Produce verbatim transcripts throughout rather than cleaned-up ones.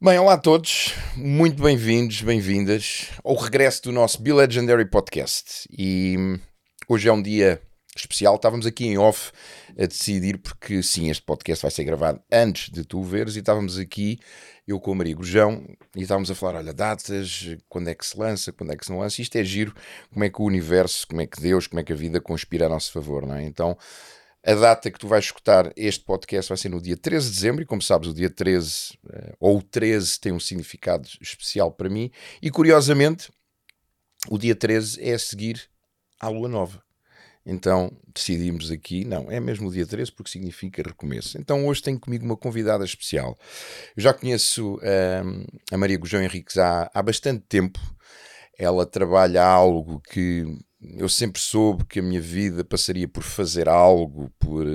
Bem, olá a todos, muito bem-vindos, bem-vindas ao regresso do nosso Be Legendary Podcast. E hoje é um dia especial, estávamos aqui em off a decidir, porque sim, este podcast vai ser gravado antes de tu o veres, e estávamos aqui, eu com a Maria Gurjão, e estávamos a falar, olha, datas, quando é que se lança, quando é que se não lança, isto é giro, como é que o universo, como é que Deus, como é que a vida conspira a nosso favor, não é? Então, a data que tu vais escutar este podcast vai ser no dia treze de dezembro, e como sabes, o dia treze, ou o treze, tem um significado especial para mim, e curiosamente, o dia treze é a seguir à Lua Nova. Então decidimos aqui, não, é mesmo o dia treze porque significa recomeço. Então hoje tenho comigo uma convidada especial. Eu já conheço hum, a Maria Gurjão Henriques há, há bastante tempo. Ela trabalha algo que eu sempre soube que a minha vida passaria por fazer algo, por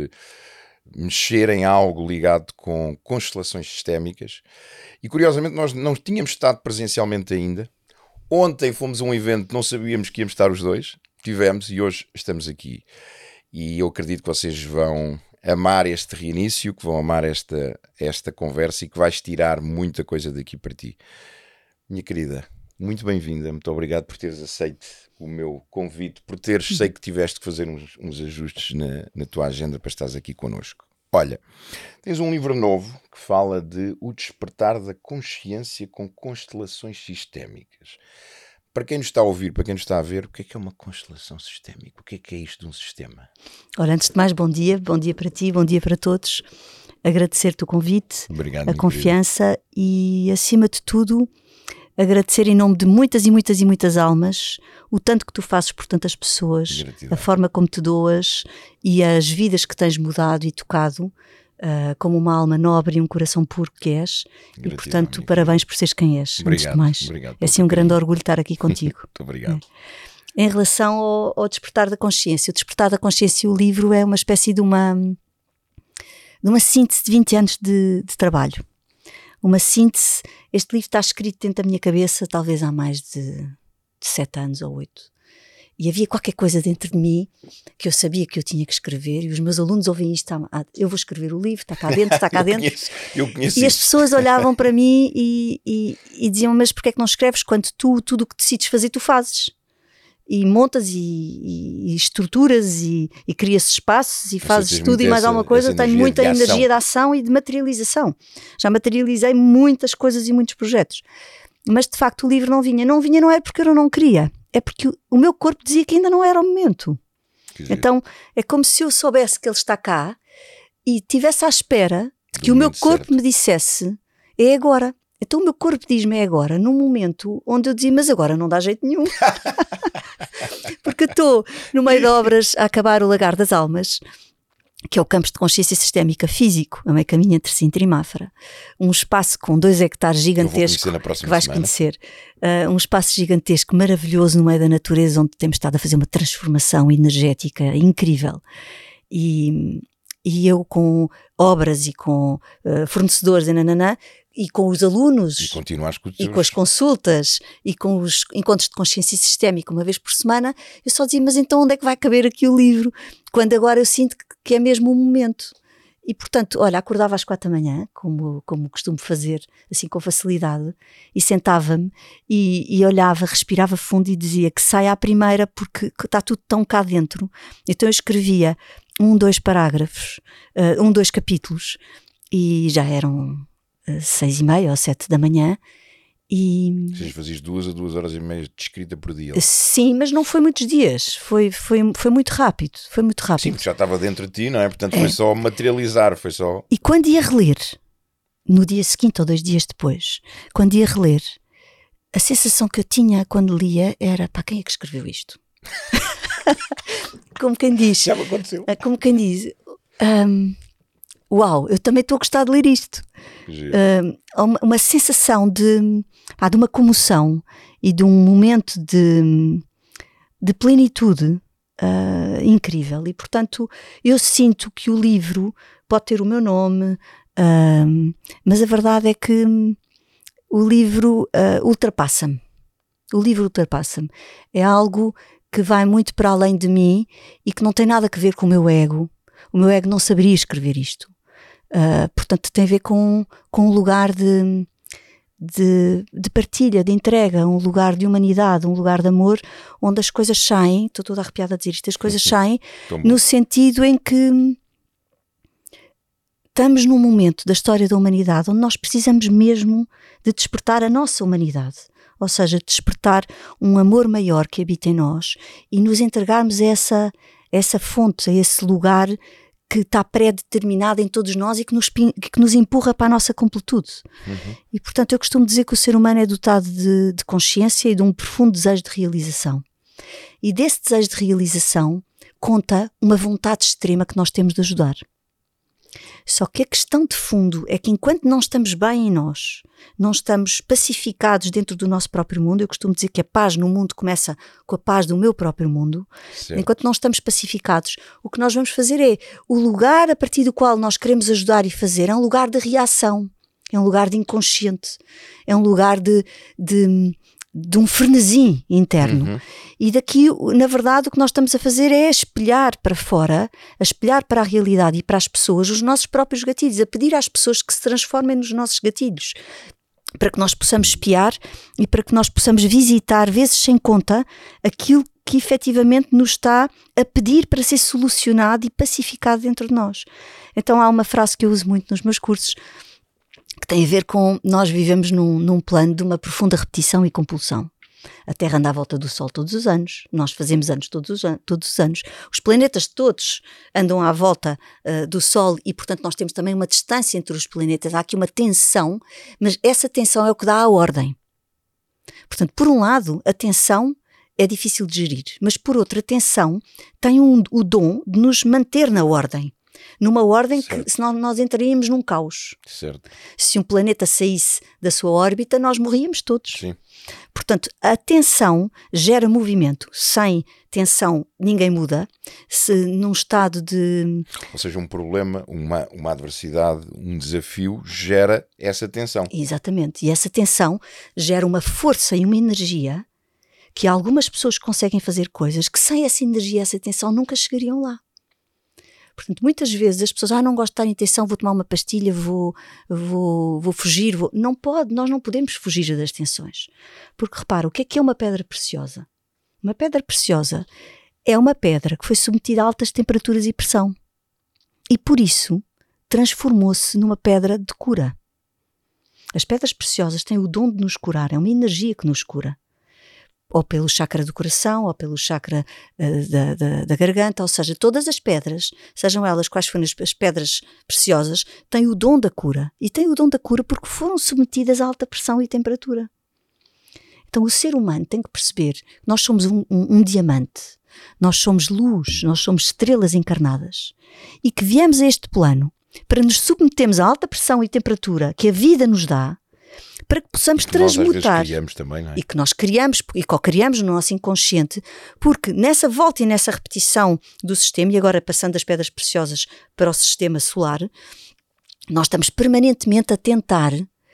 mexer em algo ligado com constelações sistémicas. E curiosamente nós não tínhamos estado presencialmente ainda. Ontem fomos a um evento, não sabíamos que íamos estar os dois. Tivemos e hoje estamos aqui. E eu acredito que vocês vão amar este reinício, que vão amar esta, esta conversa e que vais tirar muita coisa daqui para ti. Minha querida, muito bem-vinda, muito obrigado por teres aceito o meu convite, por teres, sei que tiveste que fazer uns, uns ajustes na, na tua agenda para estares aqui connosco. Olha, tens um livro novo que fala de o despertar da consciência com constelações sistémicas. Para quem nos está a ouvir, para quem nos está a ver, o que é que é uma constelação sistémica? O que é que é isto de um sistema? Olha, antes de mais, bom dia, bom dia para ti, bom dia para todos. Agradecer-te o convite, Obrigado, a confiança querida. E, acima de tudo, agradecer em nome de muitas e muitas e muitas almas o tanto que tu fazes por tantas pessoas, Gratidão. A forma como te doas e as vidas que tens mudado e tocado, uh, como uma alma nobre e um coração puro que és. Gratidão, e, portanto, parabéns por seres quem és, obrigado, antes de mais. Obrigado, é assim um grande orgulho estar aqui contigo. Muito obrigado. É. Em relação ao, ao despertar da consciência, o despertar da consciência, o livro é uma espécie de uma, de uma síntese de vinte anos de, de trabalho. Uma síntese, este livro está escrito dentro da minha cabeça talvez há mais de, de sete anos ou oito. E havia qualquer coisa dentro de mim que eu sabia que eu tinha que escrever, e os meus alunos ouvem isto, ah, eu vou escrever o livro, está cá dentro, está cá eu dentro. Conheço, eu conheço e isso. As pessoas olhavam para mim e, e, e diziam, mas porquê é que não escreves quando tu, tudo o que decides fazer, tu fazes? E montas e, e, e estruturas e, e crias espaços e Você fazes tudo muito e mais essa- alguma coisa. essa Tenho energia muita de ação. energia de ação e de materialização. Já materializei muitas coisas e muitos projetos. Mas de facto o livro não vinha. Não vinha não é porque eu não queria. É porque o, o meu corpo dizia que ainda não era o momento. Que giro. Então é como se eu soubesse que ele está cá e estivesse à espera de Do que o meu momento corpo certo. me dissesse, é agora. Então o meu corpo diz-me é agora, num momento onde eu dizia, mas agora não dá jeito nenhum. Porque eu estou no meio de obras a acabar o Lagar das Almas, que é o campus de consciência sistémica físico, a meio caminho entre Sintra e Mafra. Um espaço com dois hectares Eu vou gigantesco, conhecer na próxima que vais semana. conhecer. Uh, um espaço gigantesco, maravilhoso no meio da natureza, onde temos estado a fazer uma transformação energética incrível. E, e eu com obras e com uh, fornecedores e nananã, e com os alunos E continuares com os e teus... com as consultas e com os encontros de consciência sistémica uma vez por semana, eu só dizia, mas então onde é que vai caber aqui o livro? Quando agora eu sinto que, que é mesmo o momento. E portanto, olha, acordava às quatro da manhã, como, como costumo fazer, assim com facilidade, e sentava-me e, e olhava, respirava fundo e dizia que saia à primeira porque está tudo tão cá dentro. Então eu escrevia um, dois parágrafos, uh, um, dois capítulos, e já eram seis e meia ou sete da manhã e... Ou seja, fazias duas a duas horas e meia de escrita por dia. Sim, mas não foi muitos dias, foi, foi, foi muito rápido, foi muito rápido. Sim, porque já estava dentro de ti, não é? Portanto É. foi só materializar, foi só... E quando ia reler, no dia seguinte ou dois dias depois, quando ia reler, a sensação que eu tinha quando lia era, pá, quem é que escreveu isto? Como quem diz... Já me aconteceu. Como quem diz... Um, uau, eu também estou a gostar de ler isto. Uh, uma, uma sensação de, ah, de uma comoção e de um momento de, de plenitude uh, incrível. E, portanto, eu sinto que o livro pode ter o meu nome, uh, mas a verdade é que o livro uh, ultrapassa-me. O livro ultrapassa-me. É algo que vai muito para além de mim e que não tem nada a ver com o meu ego. O meu ego não saberia escrever isto. Uh, portanto, tem a ver com, com um lugar de, de, de partilha, de entrega, um lugar de humanidade, um lugar de amor, onde as coisas saem, estou toda arrepiada a dizer isto, as coisas saem no sentido em que estamos num momento da história da humanidade onde nós precisamos mesmo de despertar a nossa humanidade, ou seja, despertar um amor maior que habita em nós e nos entregarmos a essa, essa fonte, a esse lugar que está pré-determinado em todos nós e que nos, que nos empurra para a nossa completude. Uhum. E portanto eu costumo dizer que o ser humano é dotado de, de consciência e de um profundo desejo de realização. E desse desejo de realização conta uma vontade extrema que nós temos de ajudar. Só que a questão de fundo é que enquanto não estamos bem em nós, não estamos pacificados dentro do nosso próprio mundo, eu costumo dizer que a paz no mundo começa com a paz do meu próprio mundo, certo. Enquanto não estamos pacificados, o que nós vamos fazer é, o lugar a partir do qual nós queremos ajudar e fazer é um lugar de reação, é um lugar de inconsciente, é um lugar de... de de um frenesim interno. Uhum. E daqui, na verdade, o que nós estamos a fazer é espelhar para fora, a espelhar para a realidade e para as pessoas os nossos próprios gatilhos, a pedir às pessoas que se transformem nos nossos gatilhos, para que nós possamos espiar e para que nós possamos visitar, vezes sem conta, aquilo que efetivamente nos está a pedir para ser solucionado e pacificado dentro de nós. Então há uma frase que eu uso muito nos meus cursos, que tem a ver com nós vivemos num, num plano de uma profunda repetição e compulsão. A Terra anda à volta do Sol todos os anos, nós fazemos anos todos os, an- todos os anos, os planetas todos andam à volta uh, do Sol e portanto nós temos também uma distância entre os planetas, há aqui uma tensão, mas essa tensão é o que dá a ordem. Portanto, por um lado, a tensão é difícil de gerir, mas por outro, a tensão tem um, o dom de nos manter na ordem. Numa ordem certo. Que senão nós entraríamos num caos. Certo. Se um planeta saísse da sua órbita, nós morríamos todos. Sim. Portanto, a tensão gera movimento. Sem tensão, ninguém muda. Se num estado de... Ou seja, um problema, uma, uma adversidade, um desafio gera essa tensão. Exatamente. E essa tensão gera uma força e uma energia que algumas pessoas conseguem fazer coisas que sem essa energia e essa tensão nunca chegariam lá. Portanto, muitas vezes as pessoas, ah, não gosto de estar em tensão, vou tomar uma pastilha, vou, vou, vou fugir. Vou... Não pode, nós não podemos fugir das tensões. Porque repara, o que é que é uma pedra preciosa? Uma pedra preciosa é uma pedra que foi submetida a altas temperaturas e pressão. E por isso transformou-se numa pedra de cura. As pedras preciosas têm o dom de nos curar, é uma energia que nos cura. Ou pelo chakra do coração, ou pelo chakra uh, da, da, da garganta, ou seja, todas as pedras, sejam elas quais forem as, as pedras preciosas, têm o dom da cura. E têm o dom da cura porque foram submetidas a alta pressão e temperatura. Então o ser humano tem que perceber que nós somos um, um, um diamante, nós somos luz, nós somos estrelas encarnadas. E que viemos a este plano para nos submetermos a alta pressão e temperatura que a vida nos dá, para que possamos que transmutar. Nós às vezes criamos também, não é? E que nós criamos, e co-criamos no nosso inconsciente, porque nessa volta e nessa repetição do sistema, e agora passando das pedras preciosas para o sistema solar, nós estamos permanentemente a tentar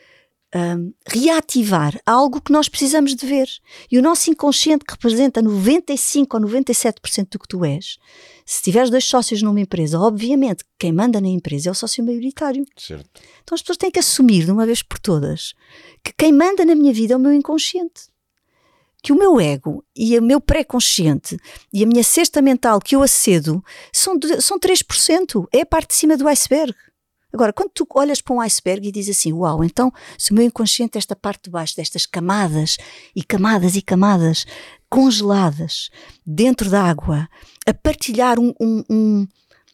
um, reativar algo que nós precisamos de ver. E o nosso inconsciente, que representa noventa e cinco ou noventa e sete por cento do que tu és, se tiveres dois sócios numa empresa, obviamente quem manda na empresa é o sócio maioritário. Certo. Então as pessoas têm que assumir de uma vez por todas que quem manda na minha vida é o meu inconsciente. Que o meu ego e o meu pré-consciente e a minha cesta mental que eu acedo são, são três por cento. É a parte de cima do iceberg. Agora, quando tu olhas para um iceberg e dizes assim, uau, então se o meu inconsciente é esta parte de baixo, destas camadas e camadas e camadas congeladas dentro da água, a partilhar um, um, um,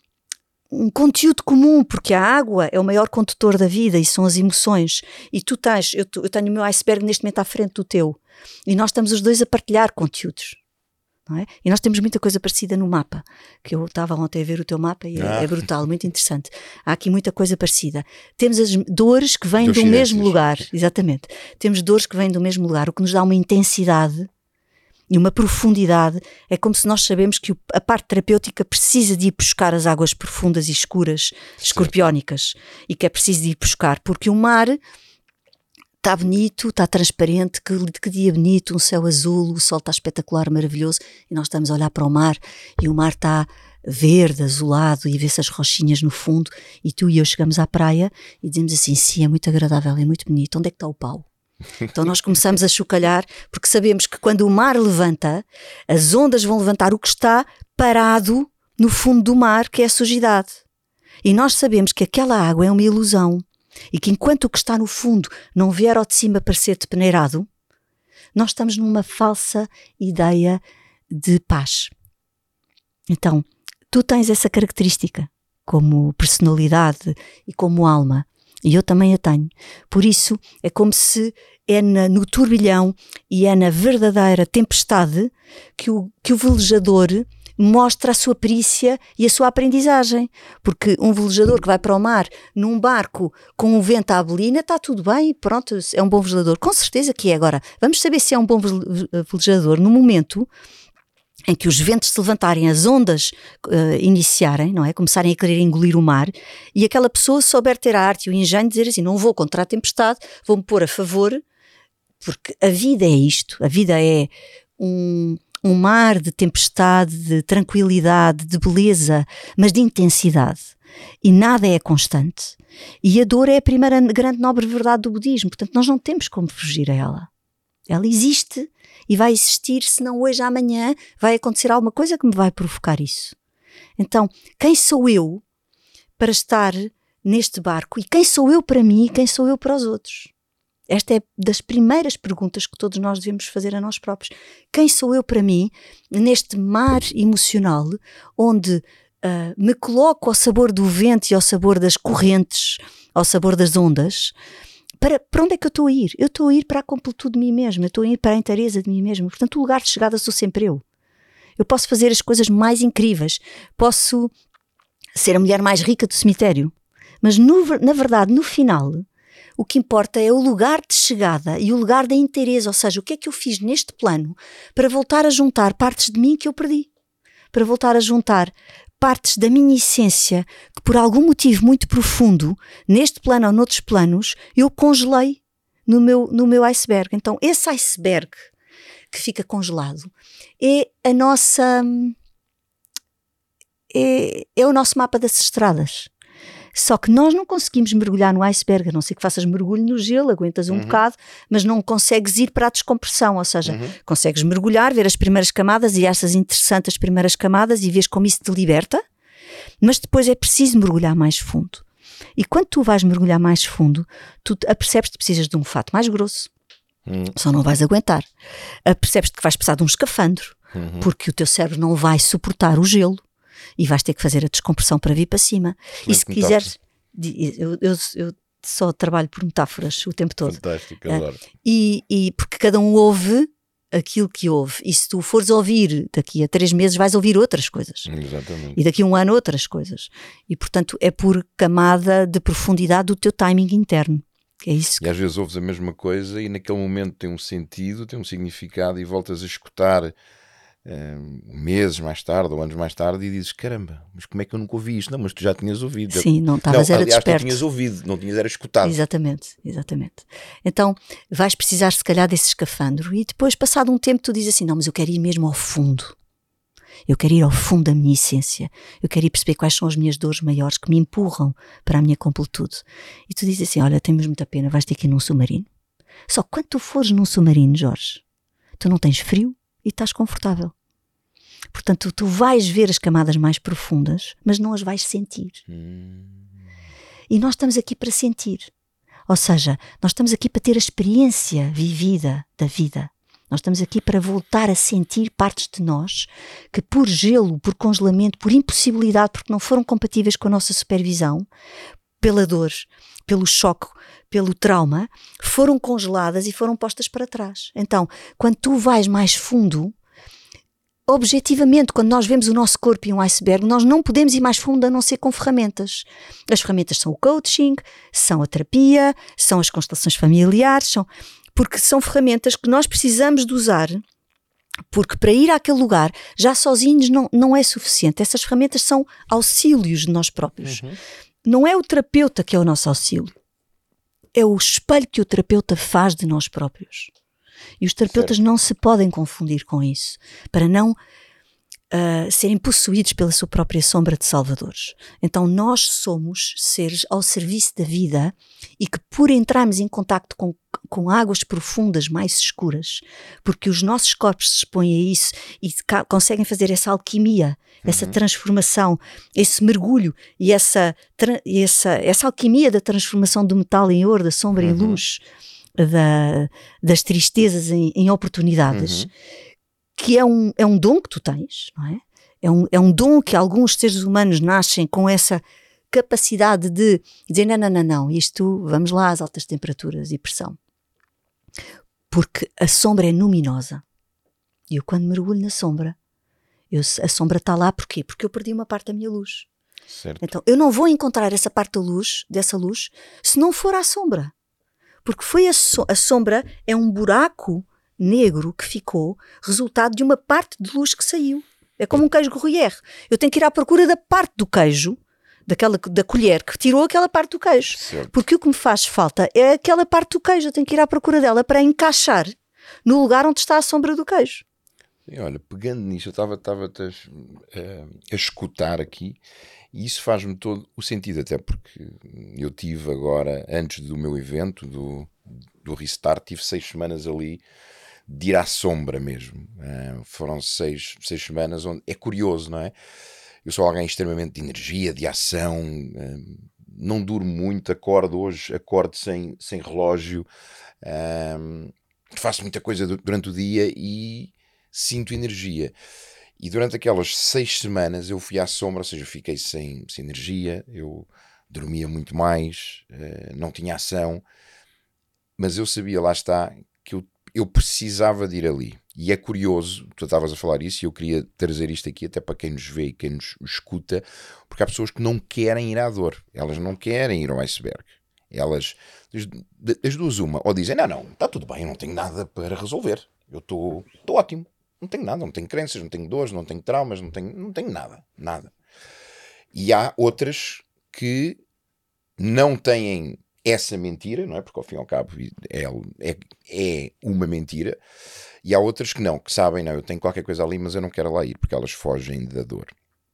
um conteúdo comum, porque a água é o maior condutor da vida e são as emoções, e tu tens, eu, eu tenho o meu iceberg neste momento à frente do teu, e nós estamos os dois a partilhar conteúdos. Não é? E nós temos muita coisa parecida no mapa, que eu estava ontem a ver o teu mapa e ah. é, é brutal, muito interessante. Há aqui muita coisa parecida. Temos as dores que vêm do mesmo lugar, exatamente. Temos dores que vêm do mesmo lugar, o que nos dá uma intensidade e uma profundidade. É como se nós sabemos que a parte terapêutica precisa de ir buscar as águas profundas e escuras, certo. Escorpiónicas, e que é preciso de ir buscar, porque o mar está bonito, está transparente, que, que dia bonito, um céu azul, o sol está espetacular, maravilhoso, e nós estamos a olhar para o mar, e o mar está verde, azulado, e vê-se as rochinhas no fundo, e tu e eu chegamos à praia e dizemos assim, sim, é muito agradável, é muito bonito, onde é que está o pau? Então nós começamos a chocalhar, porque sabemos que quando o mar levanta, as ondas vão levantar o que está parado no fundo do mar, que é a sujidade. E nós sabemos que aquela água é uma ilusão e que enquanto o que está no fundo não vier ao de cima parecer depeneirado, nós estamos numa falsa ideia de paz. Então, tu tens essa característica como personalidade e como alma, e eu também a tenho. Por isso, é como se é na, no turbilhão e é na verdadeira tempestade que o, que o velejador mostra a sua perícia e a sua aprendizagem, porque um velejador que vai para o mar num barco com um vento à bolina, está tudo bem, pronto, é um bom velejador, com certeza que é. Agora, vamos saber se é um bom velejador no momento em que os ventos se levantarem, as ondas uh, iniciarem, não é? Começarem a querer engolir o mar, e aquela pessoa souber ter a arte e o engenho de dizer assim, não vou contra a tempestade, vou-me pôr a favor, porque a vida é isto, a vida é um, um mar de tempestade, de tranquilidade, de beleza, mas de intensidade, e nada é constante, e a dor é a primeira grande nobre verdade do budismo, portanto nós não temos como fugir a ela, ela existe e vai existir, se não hoje, amanhã vai acontecer alguma coisa que me vai provocar isso. Então, quem sou eu para estar neste barco, e quem sou eu para mim e quem sou eu para os outros? Esta é das primeiras perguntas que todos nós devemos fazer a nós próprios. Quem sou eu para mim neste mar emocional onde uh, me coloco ao sabor do vento e ao sabor das correntes, ao sabor das ondas? Para, para onde é que eu estou a ir? Eu estou a ir para a completude de mim mesma, eu estou a ir para a inteireza de mim mesma. Portanto, o lugar de chegada sou sempre eu. Eu posso fazer as coisas mais incríveis, posso ser a mulher mais rica do cemitério, mas no, na verdade, no final, o que importa é o lugar de chegada e o lugar da inteireza, ou seja, o que é que eu fiz neste plano para voltar a juntar partes de mim que eu perdi, para voltar a juntar partes da minha essência que por algum motivo muito profundo, neste plano ou noutros planos, eu congelei no meu, no meu iceberg. Então esse iceberg que fica congelado é a nossa é, é o nosso mapa das estradas. Só que nós não conseguimos mergulhar no iceberg, a não ser que faças mergulho no gelo, aguentas um uhum. bocado, mas não consegues ir para a descompressão, ou seja, uhum. consegues mergulhar, ver as primeiras camadas e achas interessantes as primeiras camadas e vês como isso te liberta, mas depois é preciso mergulhar mais fundo. E quando tu vais mergulhar mais fundo, tu apercebes que precisas de um fato mais grosso, uhum. só não vais aguentar. Apercebes que vais precisar de um escafandro, uhum. porque o teu cérebro não vai suportar o gelo. E vais ter que fazer a descompressão para vir para cima. Muito e se quiseres, eu, eu, eu só trabalho por metáforas o tempo todo. Fantástico, adoro. E, e porque cada um ouve aquilo que ouve. E se tu fores ouvir daqui a três meses, vais ouvir outras coisas. Exatamente. E daqui a um ano outras coisas. E portanto é por camada de profundidade do teu timing interno. É isso que... E às vezes ouves a mesma coisa e naquele momento tem um sentido, tem um significado e voltas a escutar Uh, meses mais tarde ou anos mais tarde e dizes, caramba, mas como é que eu nunca ouvi isto? Não, mas tu já tinhas ouvido. Sim, não estavas era aliás, desperto. Não tinhas ouvido, não tinhas era escutado. Exatamente, exatamente. Então vais precisar se calhar desse escafandro e depois passado um tempo tu dizes assim, não, mas eu quero ir mesmo ao fundo. Eu quero ir ao fundo da minha essência. Eu quero ir perceber quais são as minhas dores maiores que me empurram para a minha completude. E tu dizes assim, olha, temos muita pena, vais ter que ir num submarino. Só que quando tu fores num submarino, Jorge, tu não tens frio e estás confortável. Portanto, tu vais ver as camadas mais profundas, mas não as vais sentir. Hum. E nós estamos aqui para sentir. Ou seja, nós estamos aqui para ter a experiência vivida da vida. Nós estamos aqui para voltar a sentir partes de nós que por gelo, por congelamento, por impossibilidade, porque não foram compatíveis com a nossa supervisão, pela dor, pelo choque, pelo trauma, foram congeladas e foram postas para trás. Então, quando tu vais mais fundo, objetivamente, quando nós vemos o nosso corpo em um iceberg, nós não podemos ir mais fundo a não ser com ferramentas. As ferramentas são o coaching, são a terapia, são as constelações familiares, são... porque são ferramentas que nós precisamos de usar, porque para ir àquele lugar, já sozinhos não, não é suficiente. Essas ferramentas são auxílios de nós próprios. Uhum. Não é o terapeuta que é o nosso auxílio, é o espelho que o terapeuta faz de nós próprios. E os terapeutas certo. Não se podem confundir com isso, para não uh, serem possuídos pela sua própria sombra de salvadores. Então nós somos seres ao serviço da vida e que por entrarmos em contacto com, com águas profundas mais escuras, porque os nossos corpos se expõem a isso e conseguem fazer essa alquimia, uhum. essa transformação, esse mergulho e essa, essa, essa alquimia da transformação do metal em ouro, da sombra uhum. em luz, da, das tristezas em, em oportunidades, uhum. que é um, é um dom que tu tens, não é? É um, é um dom que alguns seres humanos nascem com essa capacidade de dizer não, não, não, não, isto, vamos lá às altas temperaturas e pressão. Porque a sombra é luminosa. E eu quando mergulho na sombra, eu, a sombra está lá porquê? Porque eu perdi uma parte da minha luz. Certo. Então eu não vou encontrar essa parte da luz, dessa luz, se não for à sombra. Porque foi a, so, a sombra é um buraco negro que ficou resultado de uma parte de luz que saiu. É como um queijo Gruyère. Eu tenho que ir à procura da parte do queijo, daquela, da colher que tirou aquela parte do queijo. Certo. Porque o que me faz falta é aquela parte do queijo. Eu tenho que ir à procura dela para encaixar no lugar onde está a sombra do queijo. E olha, pegando nisso, eu estava a, a escutar aqui e isso faz-me todo o sentido, até porque eu tive agora, antes do meu evento, do, do Restart, tive seis semanas ali de ir à sombra mesmo. Uh, foram seis, seis semanas onde é curioso, não é? Eu sou alguém extremamente de energia, de ação, uh, não duro muito, acordo hoje, acordo sem, sem relógio, uh, faço muita coisa durante o dia e sinto energia. E durante aquelas seis semanas eu fui à sombra, ou seja, eu fiquei sem, sem energia, eu dormia muito mais, uh, não tinha ação, mas eu sabia, lá está, que eu eu precisava de ir ali. E é curioso, tu estavas a falar isso e eu queria trazer isto aqui até para quem nos vê e quem nos escuta, porque há pessoas que não querem ir à dor, elas não querem ir ao iceberg. Elas, das duas uma, ou dizem, não, não, está tudo bem, eu não tenho nada para resolver, eu estou ótimo, não tenho nada, não tenho crenças, não tenho dores, não tenho traumas, não tenho, não tenho nada, nada. E há outras que não têm essa mentira, não é? Porque ao fim e ao cabo é, é, é uma mentira, e há outras que não, que sabem, não, eu tenho qualquer coisa ali, mas eu não quero lá ir, porque elas fogem da dor.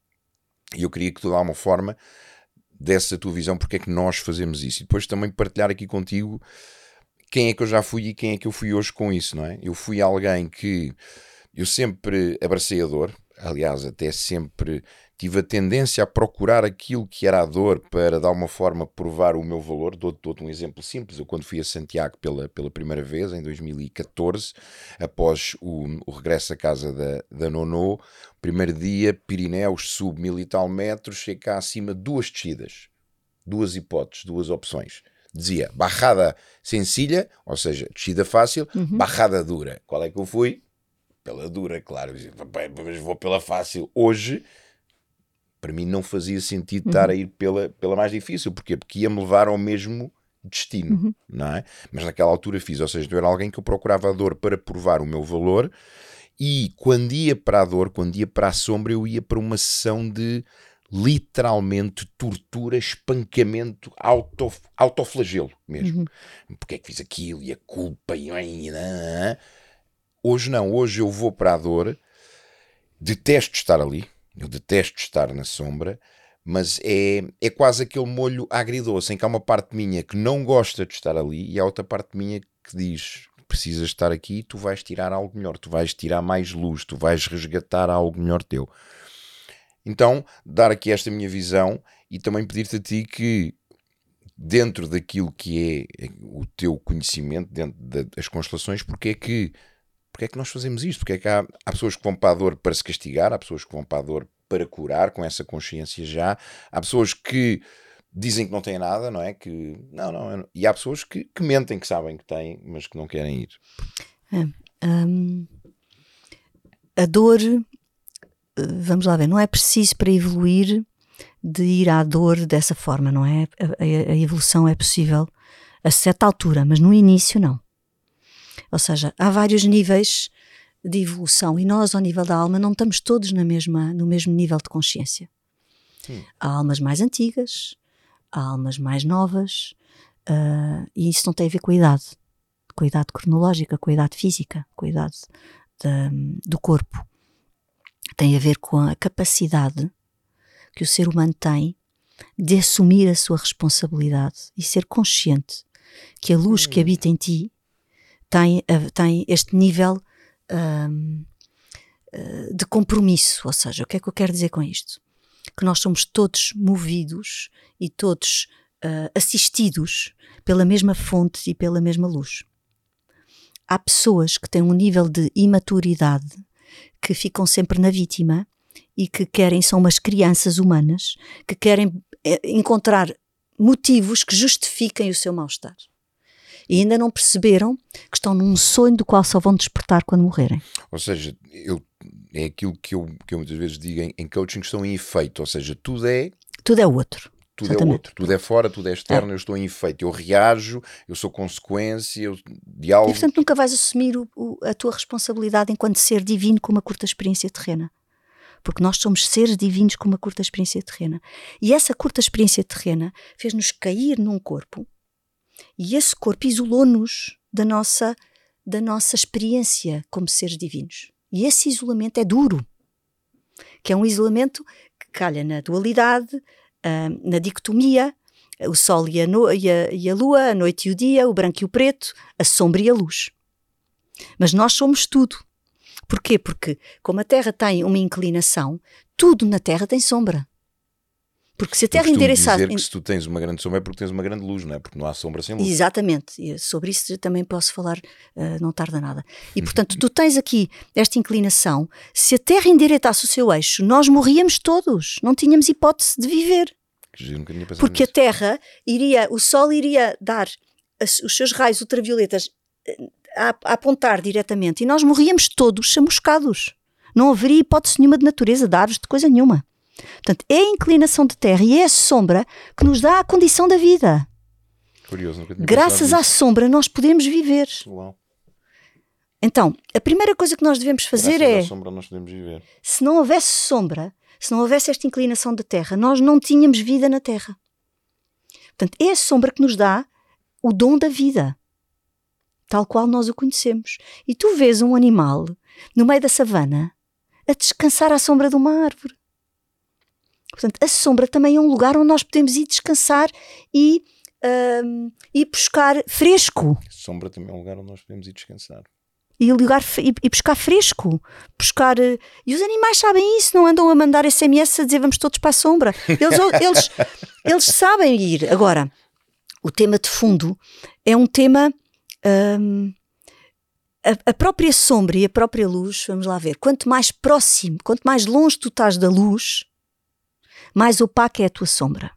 E eu queria que tu, de alguma forma, desse a tua visão, porque é que nós fazemos isso, e depois também partilhar aqui contigo quem é que eu já fui e quem é que eu fui hoje com isso, não é? Eu fui alguém que eu sempre abracei a dor, aliás, até sempre tive a tendência a procurar aquilo que era a dor para, de alguma forma, provar o meu valor. Dou-te dou-te um exemplo simples. Eu, quando fui a Santiago pela, pela primeira vez, em dois mil e catorze, após o, o regresso à casa da, da Nono, primeiro dia, Pirineus, subo mil e tal metros, chego cá acima, duas descidas. Duas hipóteses, duas opções. Dizia, barrada sencilla, ou seja, descida fácil, uhum. barrada dura. Qual é que eu fui? Pela dura, claro. Mas vou pela fácil. Hoje, para mim não fazia sentido uhum. estar a ir pela, pela mais difícil. Porquê? Porque ia-me levar ao mesmo destino, uhum. não é? Mas naquela altura fiz, ou seja, eu era alguém que eu procurava a dor para provar o meu valor, e quando ia para a dor, quando ia para a sombra, eu ia para uma sessão de literalmente tortura, espancamento, auto, autoflagelo mesmo. Uhum. Porque é que fiz aquilo, e a culpa, e... Hoje não, hoje eu vou para a dor, detesto estar ali, eu detesto estar na sombra, mas é, é quase aquele molho agridoce, em que há uma parte minha que não gosta de estar ali e há outra parte minha que diz, precisas estar aqui, tu vais tirar algo melhor, tu vais tirar mais luz, tu vais resgatar algo melhor teu. Então, dar aqui esta minha visão e também pedir-te a ti que, dentro daquilo que é o teu conhecimento, dentro das constelações, porque é que Porque é que nós fazemos isto? Porque é que há, há pessoas que vão para a dor para se castigar, há pessoas que vão para a dor para curar, com essa consciência já, há pessoas que dizem que não têm nada, não é? Que, não, não, e há pessoas que, que mentem que sabem que têm, mas que não querem ir. É, hum, a dor, vamos lá ver, não é preciso para evoluir de ir à dor dessa forma, não é? A, a, a evolução é possível a certa altura, mas no início não. Ou seja, há vários níveis de evolução e nós, ao nível da alma, não estamos todos na mesma, no mesmo nível de consciência. Hum. Há almas mais antigas, há almas mais novas, uh, e isso não tem a ver com a idade, com a idade cronológica, com a idade física, com a idade de, do corpo. tem a ver com a capacidade que o ser humano tem de assumir a sua responsabilidade e ser consciente que a luz que habita em ti tem, tem este nível um, de compromisso. Ou seja, o que é que eu quero dizer com isto? Que nós somos todos movidos e todos uh, assistidos pela mesma fonte e pela mesma luz. Há pessoas que têm um nível de imaturidade, que ficam sempre na vítima e que querem, são umas crianças humanas, que querem encontrar motivos que justifiquem o seu mal-estar. E ainda não perceberam que estão num sonho do qual só vão despertar quando morrerem. Ou seja, eu, é aquilo que eu, que eu muitas vezes digo em, em coaching, estão em efeito. Ou seja, tudo é... Tudo é o outro. Tudo Exatamente. é outro. Tudo é fora, tudo é externo, é. Eu estou em efeito. Eu reajo, eu sou consequência eu, de algo... E portanto nunca vais assumir o, o, a tua responsabilidade enquanto ser divino com uma curta experiência terrena. Porque nós somos seres divinos com uma curta experiência terrena. E essa curta experiência terrena fez-nos cair num corpo e esse corpo isolou-nos da nossa, da nossa experiência como seres divinos. E esse isolamento é duro. Que é um isolamento que calha na dualidade, uh, na dicotomia, o sol e a, no, e, a, e a lua, a noite e o dia, o branco e o preto, a sombra e a luz. Mas nós somos tudo. Porquê? Porque como a Terra tem uma inclinação, tudo na Terra tem sombra. Porque se a Terra endereçar... dizer que se tu tens uma grande sombra é porque tens uma grande luz, não é? Porque não há sombra sem luz. Exatamente. E sobre isso também posso falar, uh, não tarda nada. E portanto, tu tens aqui esta inclinação. Se a Terra endireitasse o seu eixo, nós morríamos todos. Não tínhamos hipótese de viver. Eu nunca tinha pensado porque nisso. A Terra iria... O Sol iria dar as, os seus raios ultravioletas a, a apontar diretamente e nós morríamos todos chamuscados. Não haveria hipótese nenhuma de natureza, de árvores, de coisa nenhuma. Portanto, é a inclinação de terra e é a sombra que nos dá a condição da vida. Curioso, nunca tinha Graças à sombra nós podemos viver. Uau. Então, a primeira coisa que nós devemos fazer Graças é... à sombra nós podemos viver. Se não houvesse sombra, se não houvesse esta inclinação da terra, nós não tínhamos vida na terra. Portanto, é a sombra que nos dá o dom da vida, tal qual nós o conhecemos. E tu vês um animal no meio da savana a descansar à sombra de uma árvore. Portanto, a sombra também é um lugar onde nós podemos ir descansar e um, ir buscar fresco. A sombra também é um lugar onde nós podemos ir descansar. E, lugar, e, e buscar fresco. Buscar, uh, e os animais sabem isso, não andam a mandar S M S a dizer vamos todos para a sombra. Eles, eles, eles sabem ir. Agora, o tema de fundo é um tema... Um, a, a própria sombra e a própria luz, vamos lá ver, quanto mais próximo, quanto mais longe tu estás da luz, mais opaca é a tua sombra.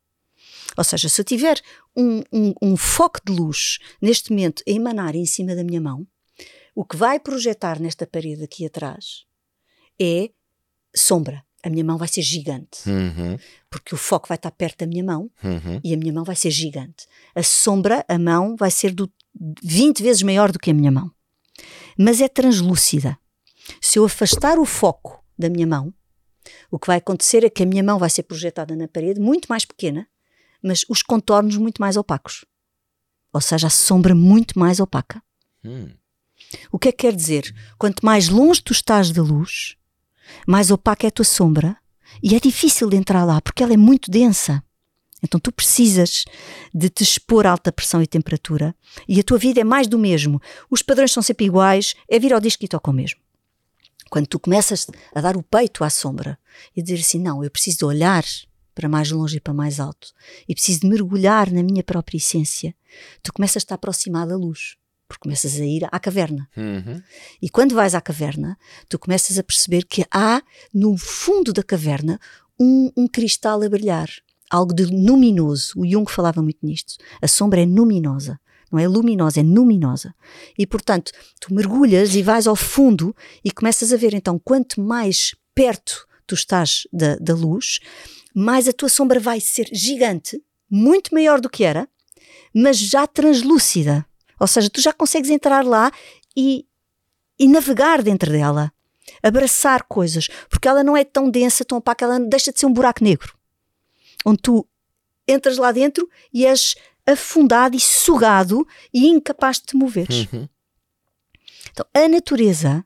Ou seja, se eu tiver um, um, um foco de luz neste momento a emanar em cima da minha mão, o que vai projetar nesta parede aqui atrás é sombra. A minha mão vai ser gigante. Uhum. Porque o foco vai estar perto da minha mão uhum. e a minha mão vai ser gigante. A sombra, a mão, vai ser do vinte vezes maior do que a minha mão. Mas é translúcida. Se eu afastar o foco da minha mão, o que vai acontecer é que a minha mão vai ser projetada na parede, muito mais pequena, mas os contornos muito mais opacos. Ou seja, a sombra muito mais opaca. Hum. O que é que quer dizer? Quanto mais longe tu estás da luz, mais opaca é a tua sombra e é difícil de entrar lá porque ela é muito densa. Então tu precisas de te expor a alta pressão e temperatura e a tua vida é mais do mesmo. Os padrões são sempre iguais, é vir ao disco e toca o mesmo. Quando tu começas a dar o peito à sombra e dizer assim, não, eu preciso de olhar para mais longe e para mais alto e preciso de mergulhar na minha própria essência, tu começas a estar aproximado da luz, porque começas a ir à caverna. Uhum. E quando vais à caverna, tu começas a perceber que há no fundo da caverna um, um cristal a brilhar, algo de luminoso. O Jung falava muito nisto. A sombra é luminosa. Não é luminosa, é luminosa. E, portanto, tu mergulhas e vais ao fundo e começas a ver, então, quanto mais perto tu estás da, da luz, mais a tua sombra vai ser gigante, muito maior do que era, mas já translúcida. Ou seja, tu já consegues entrar lá e, e navegar dentro dela, abraçar coisas, porque ela não é tão densa, tão opaca, ela deixa de ser um buraco negro, onde tu entras lá dentro e és afundado e sugado e incapaz de te moveres. Uhum. Então, a natureza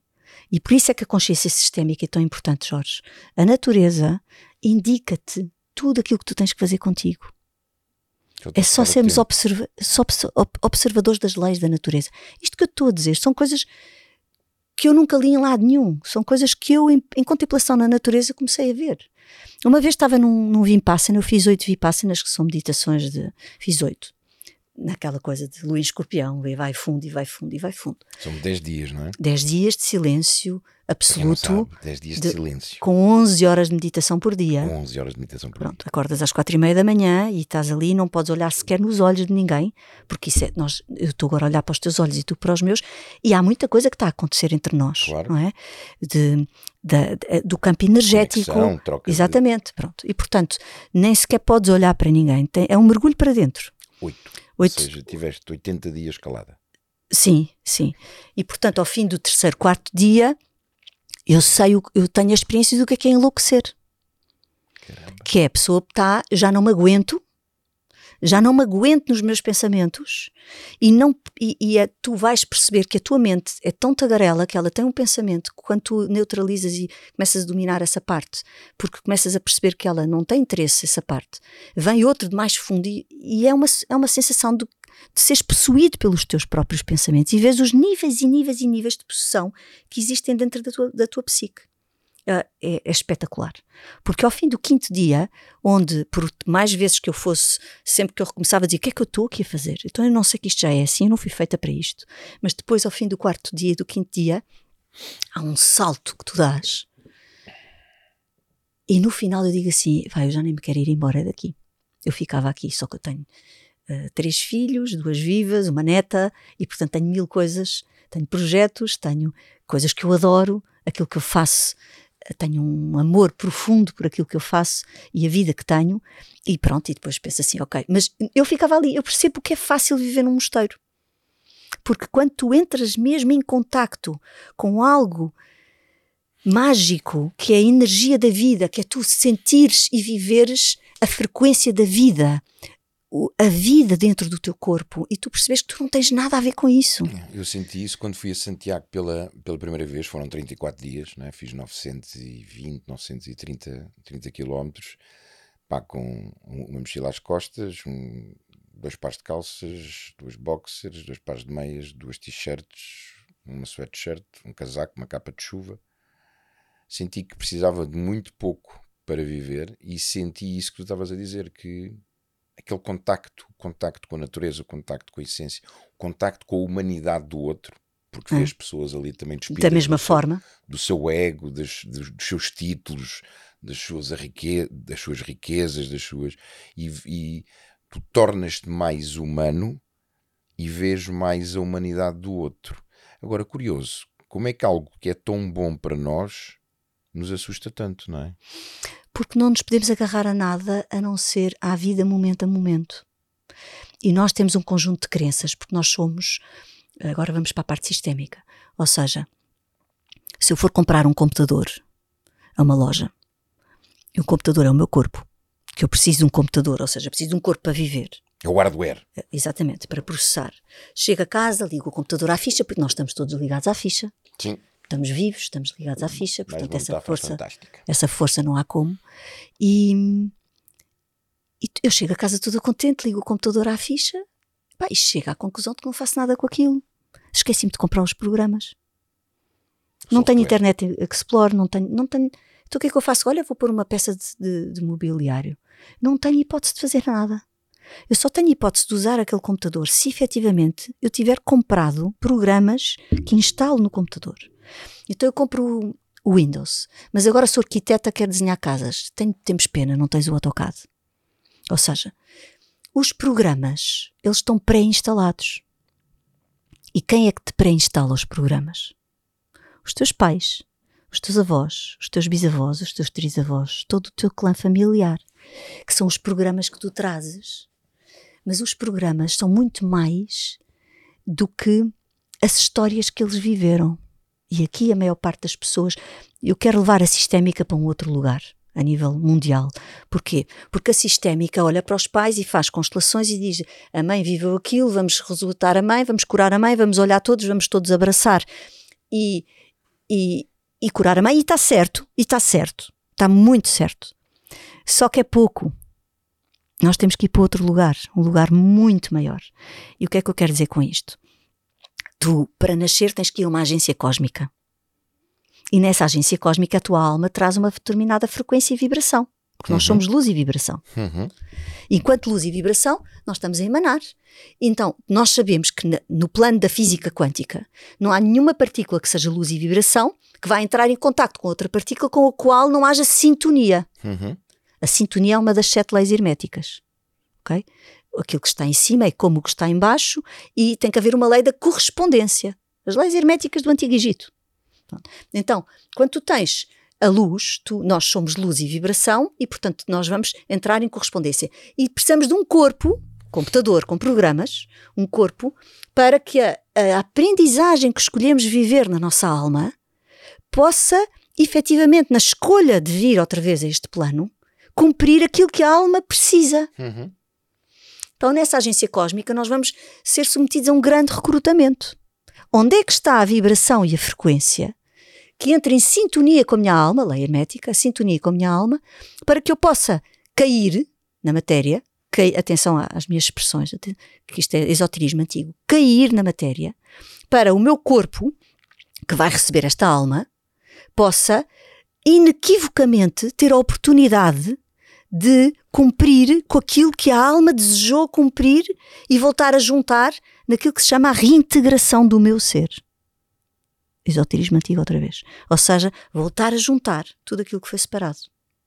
E por isso é que a consciência sistémica é tão importante, Jorge. A natureza indica-te tudo aquilo que tu tens que fazer contigo. É só sermos observa só observadores das leis da natureza. Isto que eu estou a dizer são coisas que eu nunca li em lado nenhum. São coisas que eu, em, em contemplação na natureza, comecei a ver. Uma vez estava num, num Vipassana, eu fiz oito Vipassanas, que são meditações de... Fiz oito. Naquela coisa de lua em escorpião, e vai fundo, e vai fundo, e vai fundo. São dez dias, não é? dez dias de silêncio absoluto. dez dias de, de silêncio. Com onze horas de meditação por dia. Com onze horas de meditação por Pronto, dia. acordas às quatro e meia da manhã e estás ali e não podes olhar sequer nos olhos de ninguém, porque isso é, nós, eu estou agora a olhar para os teus olhos e tu para os meus, e há muita coisa que está a acontecer entre nós, claro. Não é? De, de, de, do campo energético. Conexão, troca exatamente, de... pronto. E portanto, nem sequer podes olhar para ninguém. Tem, é um mergulho para dentro. Oito. Oito. Ou seja, tiveste oitenta dias calada. Sim, sim. E portanto, ao fim do terceiro, quarto dia, eu sei, eu tenho a experiência do que é, que é enlouquecer. Caramba. Que é a pessoa que está, já não me aguento, já não me aguento nos meus pensamentos e, não, e, e é, tu vais perceber que a tua mente é tão tagarela que ela tem um pensamento que quando tu neutralizas e começas a dominar essa parte, porque começas a perceber que ela não tem interesse essa parte, vem outro de mais fundo e, e é, uma, é uma sensação de, de seres possuído pelos teus próprios pensamentos e vês os níveis e níveis e níveis de possessão que existem dentro da tua, da tua psique. É, é, é espetacular, porque ao fim do quinto dia, onde por mais vezes que eu fosse, sempre que eu recomeçava a dizer o que é que eu estou aqui a fazer, então eu não sei que isto já é assim, eu não fui feita para isto, mas depois ao fim do quarto dia, do quinto dia, há um salto que tu dás e no final eu digo assim, vai, eu já nem me quero ir embora daqui, eu ficava aqui, só que eu tenho uh, três filhos, duas vivas, uma neta e portanto tenho mil coisas, tenho projetos, tenho coisas que eu adoro, aquilo que eu faço, tenho um amor profundo por aquilo que eu faço e a vida que tenho e pronto, e depois penso assim, ok, mas eu ficava ali, eu percebo que é fácil viver num mosteiro, porque quando tu entras mesmo em contacto com algo mágico, que é a energia da vida, que é tu sentires e viveres a frequência da vida, a vida dentro do teu corpo, e tu percebes que tu não tens nada a ver com isso. Eu senti isso quando fui a Santiago pela, pela primeira vez, foram trinta e quatro dias, né? Fiz novecentos e vinte, novecentos e trinta quilómetros, pá, com uma mochila às costas, um, dois pares de calças, duas boxers, dois pares de meias, duas t-shirts, uma sweatshirt, um casaco, uma capa de chuva. Senti que precisava de muito pouco para viver e senti isso que tu estavas a dizer, que aquele contacto, o contacto com a natureza, o contacto com a essência, o contacto com a humanidade do outro, porque hum. vês pessoas ali também despidas da mesma do forma seu, do seu ego, das, dos, dos seus títulos, das suas, rique, das suas riquezas, das suas e, e tu tornas-te mais humano e vês mais a humanidade do outro. Agora, curioso, como é que algo que é tão bom para nós nos assusta tanto, não é? Porque não nos podemos agarrar a nada a não ser à vida momento a momento. E nós temos um conjunto de crenças, porque nós somos, agora vamos para a parte sistémica, ou seja, se eu for comprar um computador a uma loja, e o computador é o meu corpo, que eu preciso de um computador, ou seja, preciso de um corpo para viver. É o hardware. Exatamente, para processar. Chego a casa, ligo o computador à ficha, porque nós estamos todos ligados à ficha. Sim. Estamos vivos, estamos ligados à ficha, portanto essa força, fantástica. essa força não há como. E, e eu chego a casa toda contente, ligo o computador à ficha, pá, e chego à conclusão de que não faço nada com aquilo. Esqueci-me de comprar os programas. Não tenho Internet Explorer, não tenho, não tenho. Então o que é que eu faço? Olha, vou pôr uma peça de, de, de mobiliário. Não tenho hipótese de fazer nada. Eu só tenho hipótese de usar aquele computador se efetivamente eu tiver comprado programas que instalo no computador. Então eu compro o Windows, mas agora sou arquiteta, quero desenhar casas. Tenho, temos pena, não tens o AutoCAD. Ou seja, os programas, eles estão pré-instalados. E quem é que te pré-instala os programas? Os teus pais, os teus avós, os teus bisavós, os teus trisavós, todo o teu clã familiar, que são os programas que tu trazes. Mas os programas são muito mais do que as histórias que eles viveram. E aqui a maior parte das pessoas, eu quero levar a sistémica para um outro lugar, a nível mundial. Porquê? Porque a sistémica olha para os pais e faz constelações e diz, a mãe viveu aquilo, vamos resultar a mãe, vamos curar a mãe, vamos olhar todos, vamos todos abraçar. E e, e curar a mãe. E está certo, e está certo, está muito certo. Só que é pouco. Nós temos que ir para outro lugar, um lugar muito maior. E o que é que eu quero dizer com isto? Tu, para nascer, tens que ir a uma agência cósmica. E nessa agência cósmica a tua alma traz uma determinada frequência e vibração. Porque nós uhum. somos luz e vibração. Uhum. Enquanto luz e vibração, nós estamos a emanar. Então, nós sabemos que no plano da física quântica não há nenhuma partícula que seja luz e vibração que vai entrar em contacto com outra partícula com a qual não haja sintonia. Uhum. A sintonia é uma das sete leis herméticas. Okay? Aquilo que está em cima é como o que está em baixo e tem que haver uma lei da correspondência. As leis herméticas do Antigo Egito. Então, quando tu tens a luz, tu, nós somos luz e vibração e, portanto, nós vamos entrar em correspondência. E precisamos de um corpo, computador com programas, um corpo, para que a, a aprendizagem que escolhemos viver na nossa alma possa, efetivamente, na escolha de vir outra vez a este plano, cumprir aquilo que a alma precisa. Uhum. Então, nessa agência cósmica, nós vamos ser submetidos a um grande recrutamento. Onde é que está a vibração e a frequência que entra em sintonia com a minha alma, lei hermética, a sintonia com a minha alma, para que eu possa cair na matéria, cair, atenção às minhas expressões, que isto é esoterismo antigo, cair na matéria, para o meu corpo, que vai receber esta alma, possa inequivocamente ter a oportunidade de cumprir com aquilo que a alma desejou cumprir e voltar a juntar naquilo que se chama a reintegração do meu ser. Esoterismo antigo outra vez. Ou seja, voltar a juntar tudo aquilo que foi separado.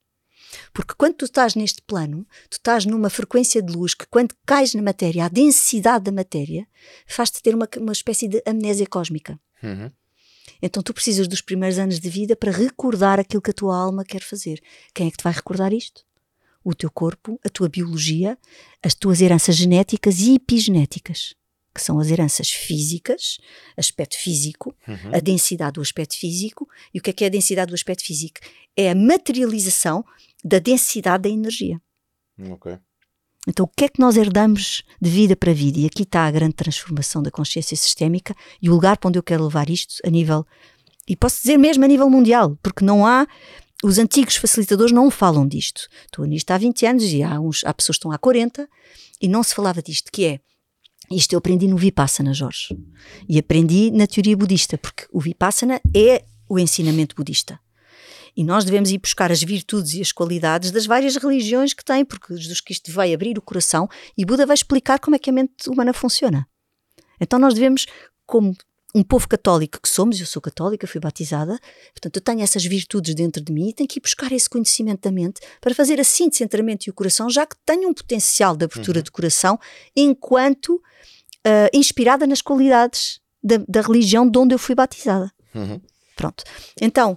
Porque quando tu estás neste plano, tu estás numa frequência de luz que quando cais na matéria, a densidade da matéria faz-te ter uma, uma espécie de amnésia cósmica. Uhum. Então tu precisas dos primeiros anos de vida para recordar aquilo que a tua alma quer fazer. Quem é que te vai recordar isto? O teu corpo, a tua biologia, as tuas heranças genéticas e epigenéticas, que são as heranças físicas, aspecto físico, uhum. a densidade do aspecto físico. E o que é que é a densidade do aspecto físico? É a materialização da densidade da energia. Ok. Então o que é que nós herdamos de vida para vida? E aqui está a grande transformação da consciência sistémica e o lugar para onde eu quero levar isto a nível, e posso dizer mesmo a nível mundial, porque não há, os antigos facilitadores não falam disto. Estou nisto há vinte anos e há, uns, há pessoas que estão há quarenta e não se falava disto, que é, isto eu aprendi no Vipassana, Jorge, e aprendi na teoria budista, porque o Vipassana é o ensinamento budista. E nós devemos ir buscar as virtudes e as qualidades das várias religiões que têm, porque Jesus Cristo vai abrir o coração e Buda vai explicar como é que a mente humana funciona. Então nós devemos, como um povo católico que somos, eu sou católica, fui batizada, portanto eu tenho essas virtudes dentro de mim e tenho que ir buscar esse conhecimento da mente para fazer a síntese entre a mente e o coração, já que tenho um potencial de abertura uhum. do coração enquanto uh, inspirada nas qualidades da, da religião de onde eu fui batizada. Uhum. Pronto. Então,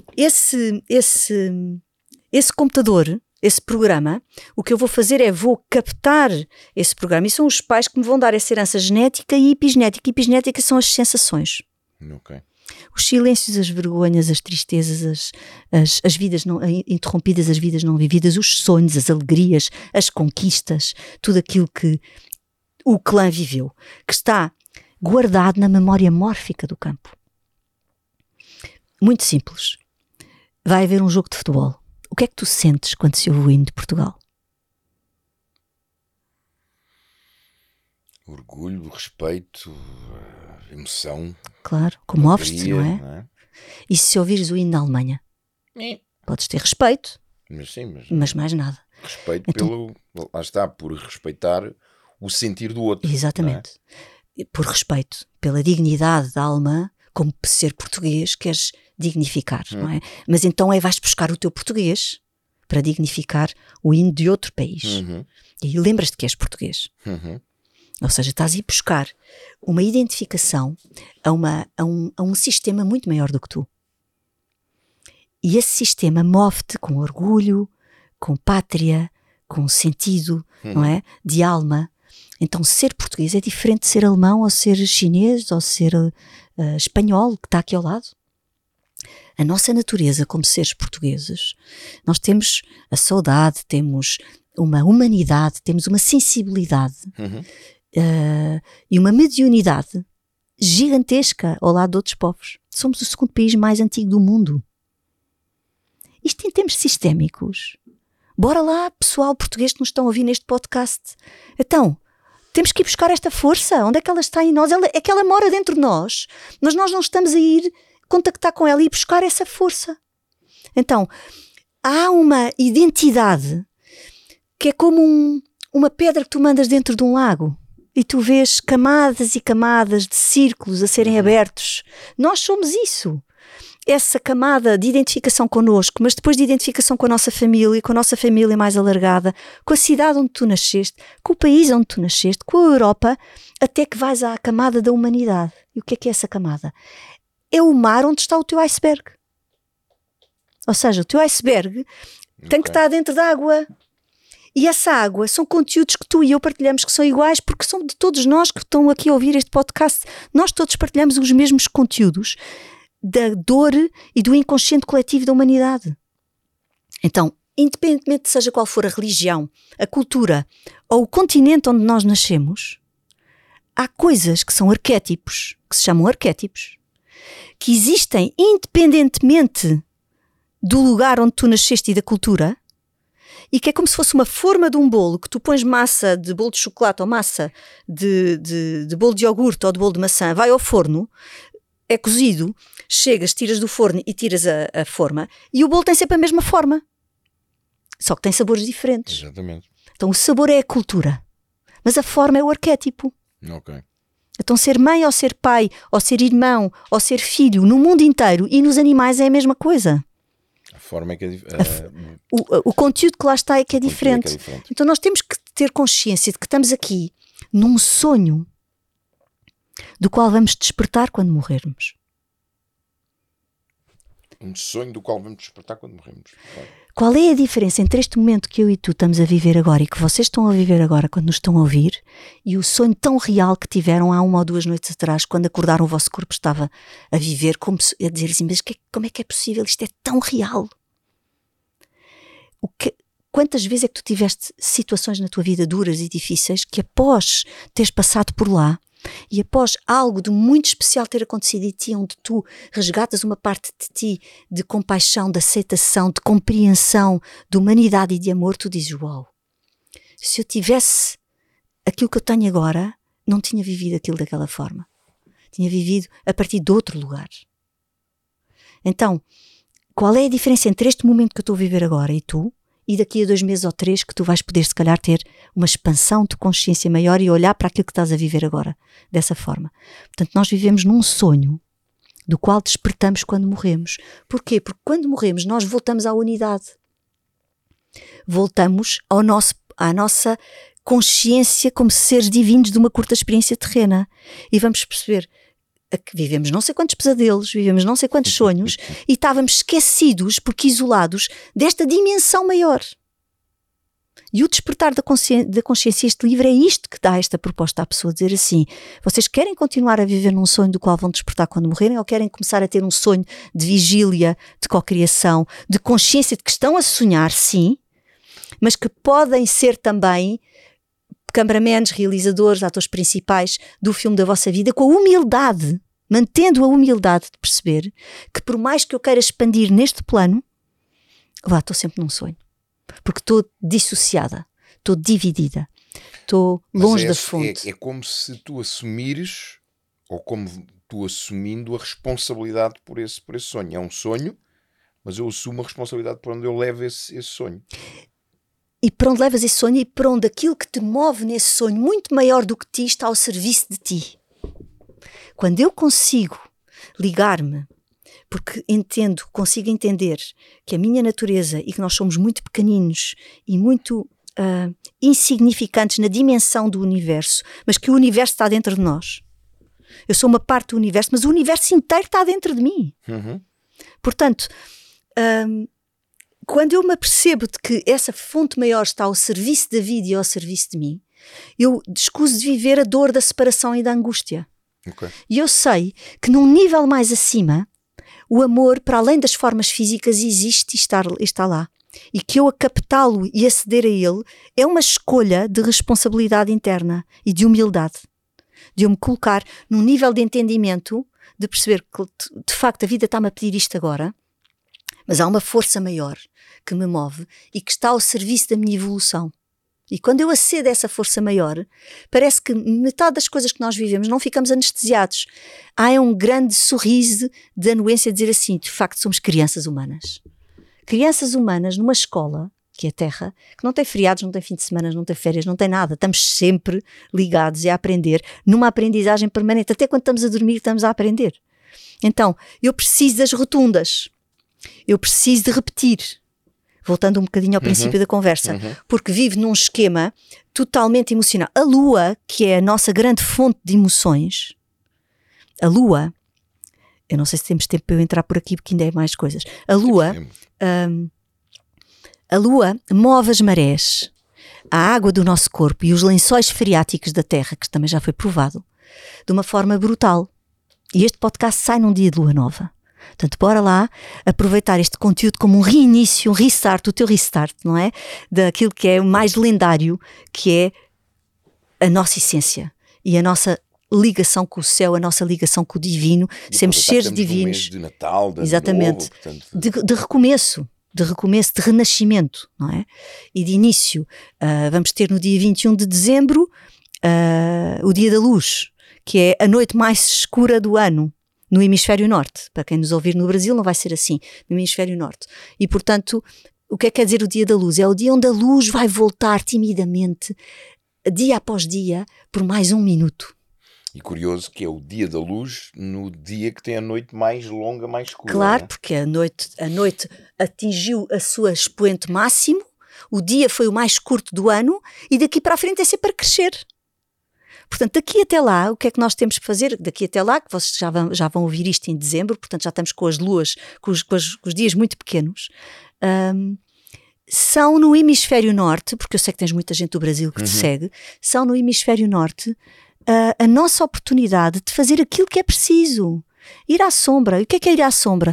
esse, esse, esse computador, esse programa, o que eu vou fazer é vou captar esse programa e são os pais que me vão dar essa herança genética e epigenética. Epigenética são as sensações. Okay. Os silêncios, as vergonhas, as tristezas, as, as, as vidas não, interrompidas, as vidas não vividas, os sonhos, as alegrias, as conquistas, tudo aquilo que o clã viveu, que está guardado na memória mórfica do campo. Muito simples. Vai haver um jogo de futebol. O que é que tu sentes quando se ouve o hino de Portugal? Orgulho, respeito, emoção. Claro, comoves-te, não é? não é? E se ouvires o hino da Alemanha? É. Podes ter respeito, mas, sim, mas, mas mais nada. Respeito então, pelo... Lá está, por respeitar o sentir do outro. Exatamente. É? Por respeito pela dignidade da alma, como ser português, queres dignificar, hum. não é? Mas então é vais buscar o teu português para dignificar o hino de outro país. Uhum. E aí lembras-te que és português. Uhum. Ou seja, estás a ir buscar uma identificação a, uma, a, um, a um sistema muito maior do que tu. E esse sistema move-te com orgulho, com pátria, com sentido, uhum. não é? De alma. Então ser português é diferente de ser alemão ou ser chinês ou ser uh, espanhol, que está aqui ao lado. A nossa natureza como seres portugueses, nós temos a saudade, temos uma humanidade, temos uma sensibilidade uhum. uh, e uma mediunidade gigantesca ao lado de outros povos. Somos o segundo país mais antigo do mundo. Isto em termos sistémicos. Bora lá, pessoal português que nos estão a ouvir neste podcast. Então, temos que ir buscar esta força. Onde é que ela está em nós? Ela, é que ela mora dentro de nós, mas nós não estamos a ir contactar com ela e buscar essa força. Então, há uma identidade que é como um, uma pedra que tu mandas dentro de um lago e tu vês camadas e camadas de círculos a serem abertos. Nós somos isso. Essa camada de identificação connosco, mas depois de identificação com a nossa família, com a nossa família mais alargada, com a cidade onde tu nasceste, com o país onde tu nasceste, com a Europa, até que vais à camada da humanidade. E o que é que é essa camada? É o mar onde está o teu iceberg. Ou seja, o teu iceberg okay. tem que estar dentro da água. E essa água são conteúdos que tu e eu partilhamos que são iguais, porque são de todos nós que estão aqui a ouvir este podcast. Nós todos partilhamos os mesmos conteúdos da dor e do inconsciente coletivo da humanidade. Então, independentemente de seja qual for a religião, a cultura ou o continente onde nós nascemos, há coisas que são arquétipos, que se chamam arquétipos, que existem independentemente do lugar onde tu nasceste e da cultura, e que é como se fosse uma forma de um bolo, que tu pões massa de bolo de chocolate ou massa de, de, de bolo de iogurte ou de bolo de maçã, vai ao forno, é cozido, chegas, tiras do forno e tiras a, a forma, e o bolo tem sempre a mesma forma, só que tem sabores diferentes. Exatamente. Então o sabor é a cultura, mas a forma é o arquétipo. Ok. Então ser mãe ou ser pai, ou ser irmão, ou ser filho, no mundo inteiro e nos animais é a mesma coisa. A forma é que é diferente. Uh, o, o conteúdo que lá está é que é diferente. É que é diferente. Então nós temos que ter consciência de que estamos aqui num sonho do qual vamos despertar quando morrermos. Um sonho do qual vamos despertar quando morremos. Claro. Qual é a diferença entre este momento que eu e tu estamos a viver agora e que vocês estão a viver agora quando nos estão a ouvir e o sonho tão real que tiveram há uma ou duas noites atrás, quando acordaram o vosso corpo estava a viver, como se, a dizer assim, mas que, como é que é possível? Isto é tão real. O que, quantas vezes é que tu tiveste situações na tua vida duras e difíceis que após teres passado por lá e após algo de muito especial ter acontecido em ti, onde tu resgatas uma parte de ti de compaixão, de aceitação, de compreensão, de humanidade e de amor, tu dizes, uau, se eu tivesse aquilo que eu tenho agora, não tinha vivido aquilo daquela forma. Tinha vivido a partir de outro lugar. Então, qual é a diferença entre este momento que eu estou a viver agora e tu, e daqui a dois meses ou três que tu vais poder se calhar ter uma expansão de consciência maior e olhar para aquilo que estás a viver agora, dessa forma. Portanto, nós vivemos num sonho do qual despertamos quando morremos. Porquê? Porque quando morremos nós voltamos à unidade. Voltamos ao nosso, à nossa consciência como seres divinos de uma curta experiência terrena. E vamos perceber que vivemos não sei quantos pesadelos, vivemos não sei quantos sonhos e estávamos esquecidos, porque isolados, desta dimensão maior. E o despertar da consciência, da consciência, este livro é isto que dá esta proposta à pessoa, dizer assim, vocês querem continuar a viver num sonho do qual vão despertar quando morrerem ou querem começar a ter um sonho de vigília, de cocriação, de consciência de que estão a sonhar, sim, mas que podem ser também cameramans, realizadores, atores principais do filme da vossa vida, com a humildade, mantendo a humildade de perceber que por mais que eu queira expandir neste plano, lá estou sempre num sonho. Porque estou dissociada, estou dividida, estou longe é, da fonte. É, é como se tu assumires, ou como tu assumindo a responsabilidade por esse, por esse sonho. É um sonho, mas eu assumo a responsabilidade por onde eu levo esse, esse sonho. E para onde levas esse sonho e para onde aquilo que te move nesse sonho, muito maior do que ti, está ao serviço de ti. Quando eu consigo ligar-me, porque entendo, consigo entender que a minha natureza e que nós somos muito pequeninos e muito uh, insignificantes na dimensão do universo, mas que o universo está dentro de nós. Eu sou uma parte do universo, mas o universo inteiro está dentro de mim. Uhum. Portanto, um, quando eu me apercebo de que essa fonte maior está ao serviço da vida e ao serviço de mim, eu escuso de viver a dor da separação e da angústia. Okay. E eu sei que num nível mais acima, o amor, para além das formas físicas, existe e está, está lá. E que eu a captá-lo e aceder a ele é uma escolha de responsabilidade interna e de humildade. de eu me colocar num nível de entendimento, de perceber que de facto a vida está-me a pedir isto agora, mas há uma força maior que me move e que está ao serviço da minha evolução. E quando eu acedo a essa força maior, parece que metade das coisas que nós vivemos não ficamos anestesiados. Há um grande sorriso de anuência de dizer assim, de facto somos crianças humanas. Crianças humanas numa escola, que é a Terra, que não tem feriados, não tem fim de semana, não tem férias, não tem nada. Estamos sempre ligados e a aprender, numa aprendizagem permanente. Até quando estamos a dormir estamos a aprender. Então, eu preciso das rotundas. Eu preciso de repetir. Voltando um bocadinho ao princípio uhum, da conversa, uhum. porque vive num esquema totalmente emocional. A Lua, que é a nossa grande fonte de emoções, a Lua, eu não sei se temos tempo para eu entrar por aqui porque ainda é mais coisas. A Lua, um, a Lua move as marés, a água do nosso corpo e os lençóis freáticos da Terra, que também já foi provado, de uma forma brutal. E este podcast sai num dia de Lua Nova. Portanto, bora lá aproveitar este conteúdo como um reinício, um restart, o teu restart, não é? Daquilo que é o mais lendário, que é a nossa essência e a nossa ligação com o céu, a nossa ligação com o divino, e sermos seres divinos. Mês de Natal, de Exatamente. Novo, portanto... de, de recomeço, de recomeço, de renascimento, não é? E de início. Uh, vamos ter no dia vinte e um de dezembro uh, o Dia da Luz, que é a noite mais escura do ano. No hemisfério norte, para quem nos ouvir no Brasil não vai ser assim, no hemisfério norte. E portanto, o que é que quer dizer o dia da luz? É o dia onde a luz vai voltar timidamente, dia após dia, por mais um minuto. E curioso que é o dia da luz no dia que tem a noite mais longa, mais escura. Claro, né? porque a noite, a noite atingiu a sua expoente máximo, o dia foi o mais curto do ano e daqui para a frente é sempre para crescer. Portanto, daqui até lá, o que é que nós temos que fazer? Daqui até lá, que vocês já vão, já vão ouvir isto em dezembro, portanto já estamos com as luas, com os, com as, com os dias muito pequenos, um, são no hemisfério norte, porque eu sei que tens muita gente do Brasil que te uhum. segue, são no hemisfério norte uh, a nossa oportunidade de fazer aquilo que é preciso. Ir à sombra. E o que é que é ir à sombra?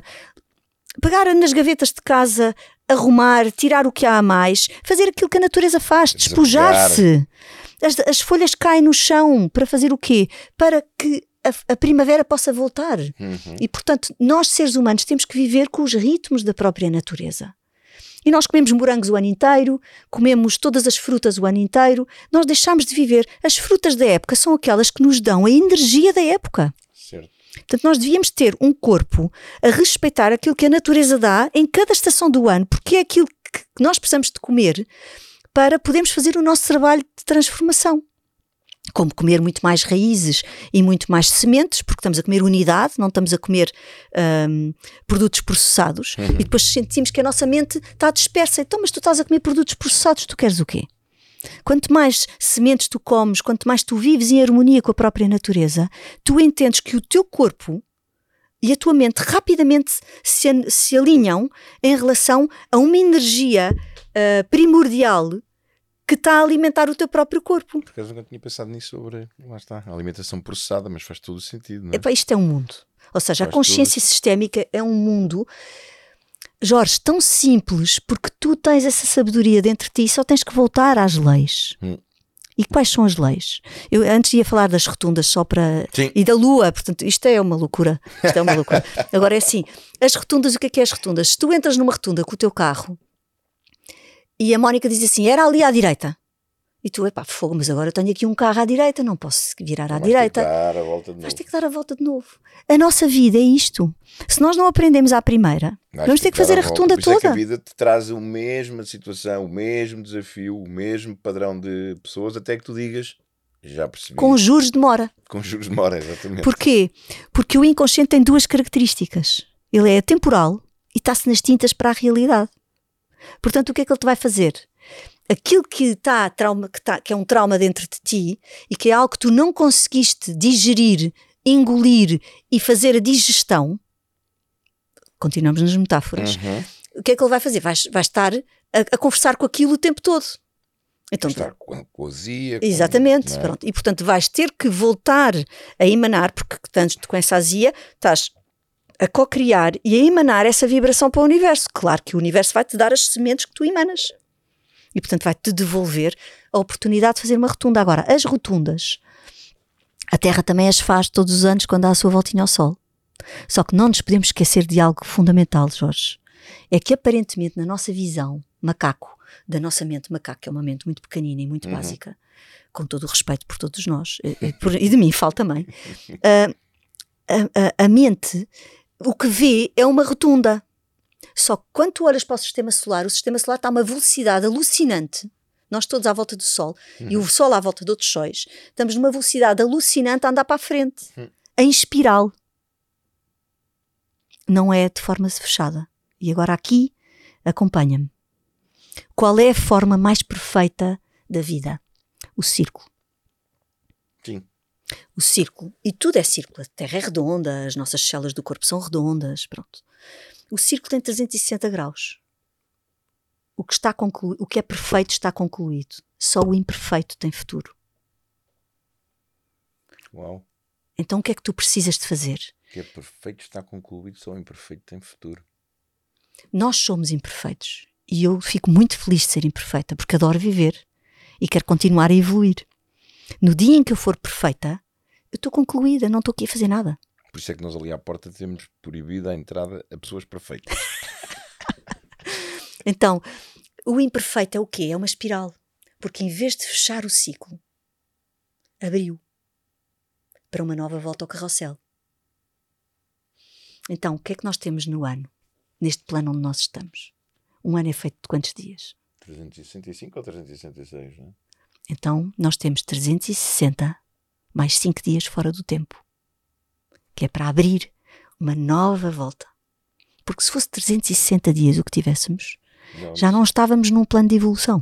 Pegar nas gavetas de casa, arrumar, tirar o que há a mais, fazer aquilo que a natureza faz, despojar-se. As, as folhas caem no chão para fazer o quê? Para que a, a primavera possa voltar. Uhum. E, portanto, nós seres humanos temos que viver com os ritmos da própria natureza. E nós comemos morangos o ano inteiro, comemos todas as frutas o ano inteiro, nós deixamos de viver. As frutas da época são aquelas que nos dão a energia da época. Certo. Portanto, nós devíamos ter um corpo a respeitar aquilo que a natureza dá em cada estação do ano, porque é aquilo que nós precisamos de comer para podermos fazer o nosso trabalho de transformação. Como comer muito mais raízes e muito mais sementes, porque estamos a comer unidade, não estamos a comer um, produtos processados, uhum. e depois sentimos que a nossa mente está dispersa. Então, mas tu estás a comer produtos processados, tu queres o quê? Quanto mais sementes tu comes, quanto mais tu vives em harmonia com a própria natureza, tu entendes que o teu corpo e a tua mente rapidamente se, se alinham em relação a uma energia uh, primordial que está a alimentar o teu próprio corpo. Por acaso nunca tinha pensado nisso sobre, lá está, a alimentação processada, mas faz todo o sentido, não é? Epá, isto é um mundo. Ou seja, faz a consciência tudo. Sistémica é um mundo, Jorge, tão simples, porque tu tens essa sabedoria dentro de ti e só tens que voltar às leis. Hum. E quais são as leis? Eu antes ia falar das rotundas só para... Sim. E da lua, portanto, isto é uma loucura. Isto é uma loucura. Agora é assim, as rotundas, o que é que é as rotundas? Se tu entras numa rotunda com o teu carro e a Mónica diz assim, era ali à direita. E tu, epá, fogo, mas agora eu tenho aqui um carro à direita, não posso virar à Vais direita. Ter que dar a volta de Vais novo. ter que dar a volta de novo. A nossa vida é isto. Se nós não aprendemos à primeira, Vais vamos ter que fazer a, a rotunda Por isso toda. É que a vida te traz a mesma situação, o mesmo desafio, o mesmo padrão de pessoas, até que tu digas, já percebi. Com juros de demora. Com juros de demora, exatamente. Porquê? Porque o inconsciente tem duas características. Ele é temporal e está-se nas tintas para a realidade. Portanto, o que é que ele te vai fazer? Aquilo que, tá, trauma, que, tá, que é um trauma dentro de ti e que é algo que tu não conseguiste digerir, engolir e fazer a digestão, continuamos nas metáforas, uhum. o que é que ele vai fazer? Vais, vais estar a, a conversar com aquilo o tempo todo. Então, estar com a azia. Exatamente. Com, é? Pronto. E portanto vais ter que voltar a emanar, porque tanto com essa azia estás a co-criar e a emanar essa vibração para o universo. Claro que o universo vai-te dar as sementes que tu emanas. E portanto vai-te devolver a oportunidade de fazer uma rotunda. Agora, as rotundas A Terra também as faz todos os anos quando dá a sua voltinha ao Sol. Só que não nos podemos esquecer de algo fundamental, Jorge. É que aparentemente na nossa visão, macaco, da nossa mente macaco, que é uma mente muito pequenina e muito uhum. básica, com todo o respeito por todos nós, e, por, e de mim falo também, uh, a, a, a mente, o que vê é uma rotunda. Só que quando tu olhas para o sistema solar, o sistema solar está a uma velocidade alucinante. Nós todos à volta do Sol, uhum. e o Sol à volta de outros sóis, estamos numa velocidade alucinante a andar para a frente, uhum. em espiral. Não é de forma fechada. E agora aqui, acompanha-me. Qual é a forma mais perfeita da vida? O círculo. Sim. O círculo. E tudo é círculo. A Terra é redonda, as nossas células do corpo são redondas, pronto. O círculo tem trezentos e sessenta graus. O que está concluído, o que é perfeito está concluído. Só o imperfeito tem futuro. Uau. Então o que é que tu precisas de fazer? O que é perfeito está concluído, só o imperfeito tem futuro. Nós somos imperfeitos. E eu fico muito feliz de ser imperfeita, porque adoro viver e quero continuar a evoluir. No dia em que eu for perfeita, eu estou concluída, não estou aqui a fazer nada. Por isso é que nós ali à porta temos proibida a entrada a pessoas perfeitas. Então, o imperfeito é o quê? É uma espiral. Porque em vez de fechar o ciclo, abriu para uma nova volta ao carrossel. Então, o que é que nós temos no ano? Neste plano onde nós estamos? Um ano é feito de quantos dias? trezentos e sessenta e cinco ou trezentos e sessenta e seis, não é? Então, nós temos trezentos e sessenta mais cinco dias fora do tempo. Que é para abrir uma nova volta. Porque se fosse trezentos e sessenta dias o que tivéssemos, não, já não estávamos num plano de evolução.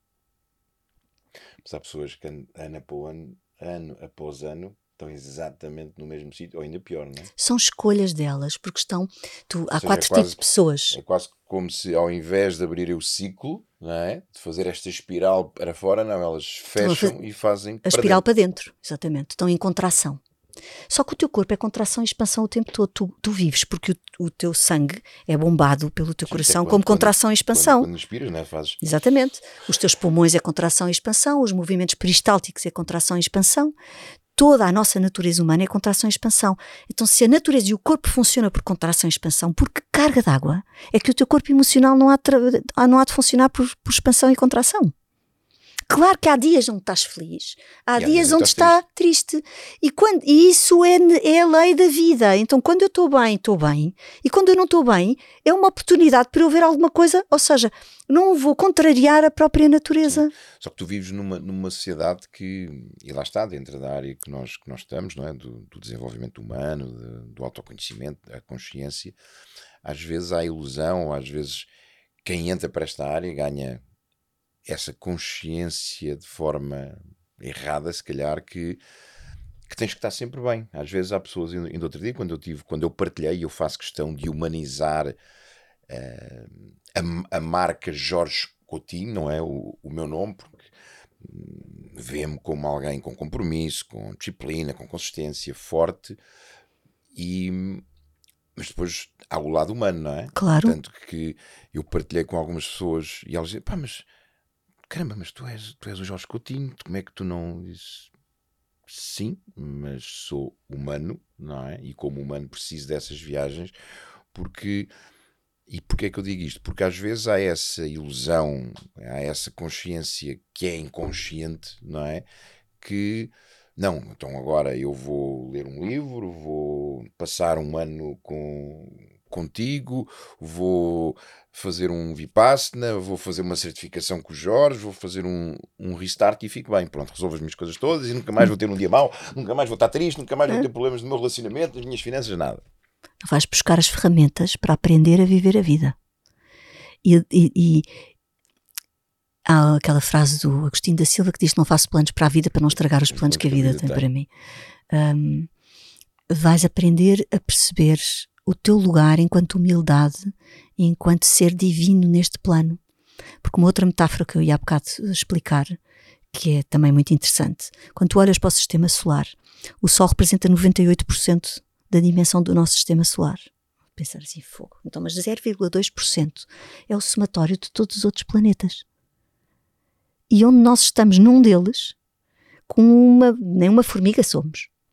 Mas há pessoas que ano após ano, ano após ano, estão exatamente no mesmo sítio, ou ainda pior, não é? São escolhas delas, porque estão... Tu, há seja, quatro é quase, tipos de pessoas. É quase como se, ao invés de abrirem o ciclo, não é? De fazer esta espiral para fora, não, elas fecham faz... e fazem a espiral para dentro. para dentro, exatamente. Estão em contração. Só que o teu corpo é contração e expansão o tempo todo. Tu, tu vives porque o, o teu sangue é bombado pelo teu Sim, coração é quando, como contração quando, e expansão. Quando, quando inspiras, não é? Fazes... Exatamente. Os teus pulmões é contração e expansão, os movimentos peristálticos é contração e expansão. Toda a nossa natureza humana é contração e expansão. Então, se a natureza e o corpo funcionam por contração e expansão, por que carga d'água é que o teu corpo emocional não há de, não há de funcionar por, por expansão e contração? Claro que há dias onde estás feliz, há e dias onde está triste. triste. E, quando, e isso é, é a lei da vida. Então, quando eu estou bem, estou bem. E quando eu não estou bem, é uma oportunidade para eu ver alguma coisa. Ou seja, não vou contrariar a própria natureza. Sim. Só que tu vives numa, numa sociedade que, e lá está, dentro da área que nós, que nós estamos, não é? do, do desenvolvimento humano, de, do autoconhecimento, da consciência, às vezes há ilusão, às vezes quem entra para esta área ganha essa consciência de forma errada, se calhar, que, que tens que estar sempre bem. Às vezes há pessoas, ainda outro dia, quando eu tive, quando eu partilhei, eu faço questão de humanizar uh, a, a marca Jorge Coutinho, não é o, o meu nome, porque hum, vê-me como alguém com compromisso, com disciplina, com consistência, forte, e... mas depois há o lado humano, não é? Claro. Tanto que eu partilhei com algumas pessoas e elas diziam, pá, mas caramba, mas tu és, tu és o Jorge Coutinho, como é que tu não dizes? Sim, mas sou humano, não é? E como humano preciso dessas viagens, porque... E porquê é que eu digo isto? Porque às vezes há essa ilusão, há essa consciência que é inconsciente, não é? Que, não, então agora eu vou ler um livro, vou passar um ano com, contigo, vou fazer um Vipassana, vou fazer uma certificação com o Jorge, vou fazer um, um restart e fico bem. Pronto, resolvo as minhas coisas todas e nunca mais vou ter um dia mau, nunca mais vou estar triste, nunca mais vou ter problemas no meu relacionamento, nas minhas finanças, nada. Vais buscar as ferramentas para aprender a viver a vida. E, e, e há aquela frase do Agostinho da Silva que diz que não faço planos para a vida para não estragar os planos que a vida tem para mim. Um, vais aprender a perceber o teu lugar enquanto humildade e enquanto ser divino neste plano. Porque uma outra metáfora que eu ia há bocado explicar, que é também muito interessante, quando tu olhas para o sistema solar, o Sol representa noventa e oito por cento da dimensão do nosso sistema solar. Vou pensar assim, fogo. Então, mas zero vírgula dois por cento é o somatório de todos os outros planetas. E onde nós estamos num deles, com uma, nem uma formiga somos.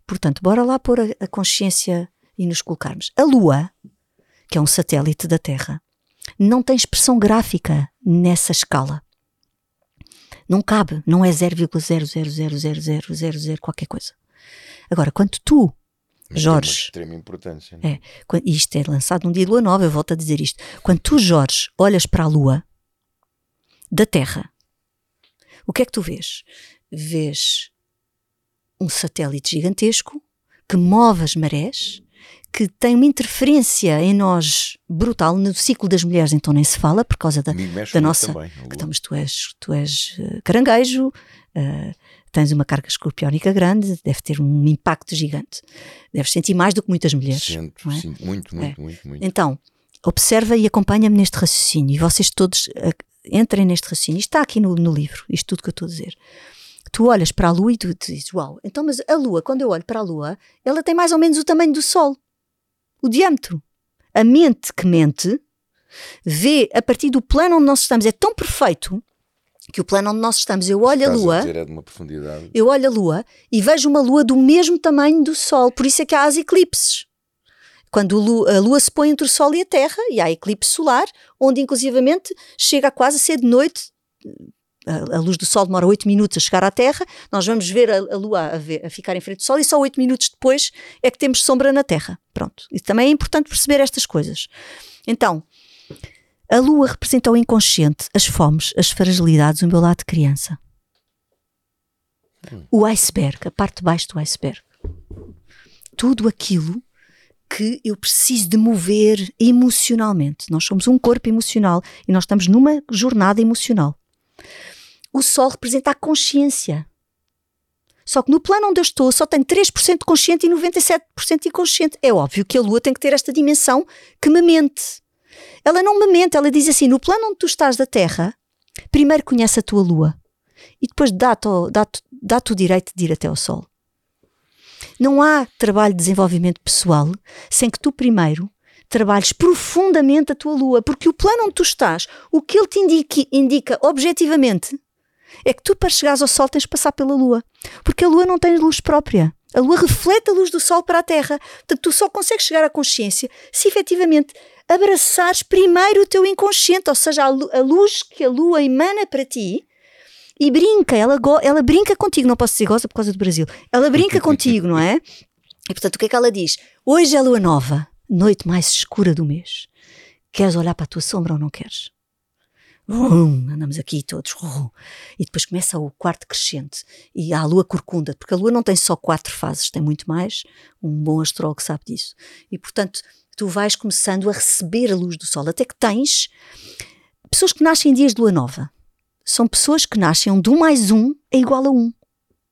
Portanto, bora lá pôr a, a consciência e nos colocarmos. A Lua, que é um satélite da Terra, não tem expressão gráfica nessa escala. Não cabe, não é zero vírgula zero zero zero zero zero zero zero qualquer coisa. Agora, quando tu, Mas Jorge... tem uma extrema importância. Não? É, e isto é lançado num dia de lua nova, eu volto a dizer isto. Quando tu, Jorge, olhas para a Lua da Terra, o que é que tu vês? Vês um satélite gigantesco que move as marés, que tem uma interferência em nós brutal. No ciclo das mulheres então nem se fala por causa da, da nossa também, que, então, mas tu és, tu és uh, caranguejo, uh, tens uma carga escorpiónica grande, deve ter um impacto gigante, deves sentir mais do que muitas mulheres. Sinto, não é? sinto muito, muito, é. muito, muito. Então, observa e acompanha-me neste raciocínio, e vocês todos uh, entrem neste raciocínio. Isto está aqui no, no livro, isto tudo que eu estou a dizer. Tu olhas para a Lua e tu dizes, uau, então mas a Lua, quando eu olho para a Lua, ela tem mais ou menos o tamanho do Sol. O diâmetro. A mente que mente vê a partir do plano onde nós estamos. É tão perfeito que o plano onde nós estamos, eu olho a Lua, a dizer, é de uma profundidade. eu olho a Lua e vejo uma Lua do mesmo tamanho do Sol. Por isso é que há as eclipses. Quando a Lua, a Lua se põe entre o Sol e a Terra, e há eclipse solar, onde inclusivamente chega a quase a ser de noite. A, a luz do Sol demora oito minutos a chegar à Terra, nós vamos ver a, a Lua a, ver, a ficar em frente do Sol e só oito minutos depois é que temos sombra na Terra. Pronto. E também é importante perceber estas coisas. Então, a Lua representa o inconsciente, as fomes, as fragilidades, o meu lado de criança. Hum. O iceberg, a parte de baixo do iceberg. Tudo aquilo que eu preciso de mover emocionalmente. Nós somos um corpo emocional e nós estamos numa jornada emocional. O Sol representa a consciência. Só que no plano onde eu estou só tenho três por cento consciente e noventa e sete por cento inconsciente. É óbvio que a Lua tem que ter esta dimensão que me mente. Ela não me mente, ela diz assim, no plano onde tu estás da Terra, primeiro conhece a tua Lua e depois dá-te, dá-te, dá-te o direito de ir até ao Sol. Não há trabalho de desenvolvimento pessoal sem que tu primeiro trabalhes profundamente a tua Lua, porque o plano onde tu estás, o que ele te indica, indica objetivamente, é que tu para chegares ao Sol tens de passar pela Lua, porque a Lua não tem luz própria. A Lua reflete a luz do Sol para a Terra. Portanto, tu só consegues chegar à consciência se efetivamente abraçares primeiro o teu inconsciente, ou seja, a luz que a Lua emana para ti e brinca, ela, ela brinca contigo, não posso dizer goza por causa do Brasil, ela brinca contigo, não é? E portanto, o que é que ela diz? Hoje é Lua Nova, noite mais escura do mês. Queres olhar para a tua sombra ou não queres? Vum, andamos aqui todos. Vum. E depois começa o quarto crescente. E há a lua corcunda, porque a lua não tem só quatro fases, tem muito mais. Um bom astrólogo sabe disso. E portanto, tu vais começando a receber a luz do sol. Até que tens pessoas que nascem em dias de lua nova. São pessoas que nascem onde um mais um é igual a um.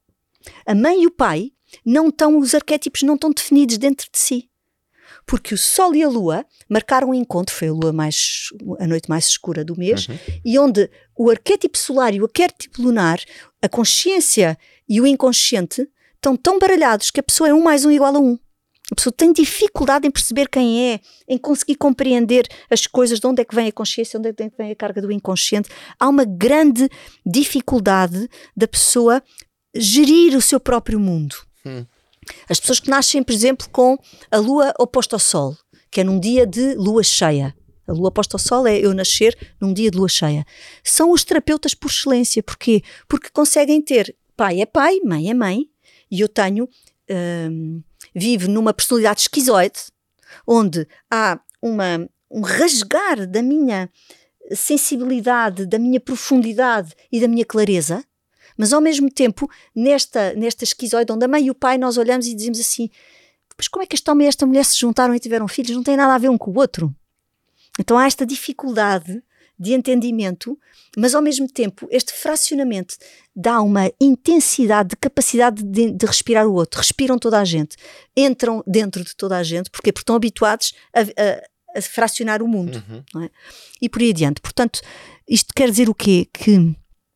A mãe e o pai não estão, os arquétipos não estão definidos dentro de si. Porque o Sol e a Lua marcaram um encontro, foi a Lua mais, a noite mais escura do mês, uhum. E onde o arquétipo solar e o arquétipo lunar, a consciência e o inconsciente estão tão baralhados que a pessoa é um mais um igual a um. A pessoa tem dificuldade em perceber quem é, em conseguir compreender as coisas, de onde é que vem a consciência, de onde é que vem a carga do inconsciente. Há uma grande dificuldade da pessoa gerir o seu próprio mundo. Hum. As pessoas que nascem, por exemplo, com a lua oposta ao sol, que é num dia de lua cheia. A lua oposta ao sol é eu nascer num dia de lua cheia. São os terapeutas por excelência. Porquê? Porque conseguem ter pai é pai, mãe é mãe, e eu tenho, hum, vivo numa personalidade esquizoide, onde há uma, um rasgar da minha sensibilidade, da minha profundidade e da minha clareza. Mas ao mesmo tempo, nesta, nesta esquizoide, onde a mãe e o pai nós olhamos e dizemos assim, mas como é que este homem e esta mulher se juntaram e tiveram filhos? Não tem nada a ver um com o outro. Então há esta dificuldade de entendimento, mas ao mesmo tempo este fracionamento dá uma intensidade de capacidade de, de respirar o outro. Respiram toda a gente, entram dentro de toda a gente, porque, porque estão habituados a, a, a fracionar o mundo. Uhum. Não é? E por aí adiante. Portanto, isto quer dizer o quê? Que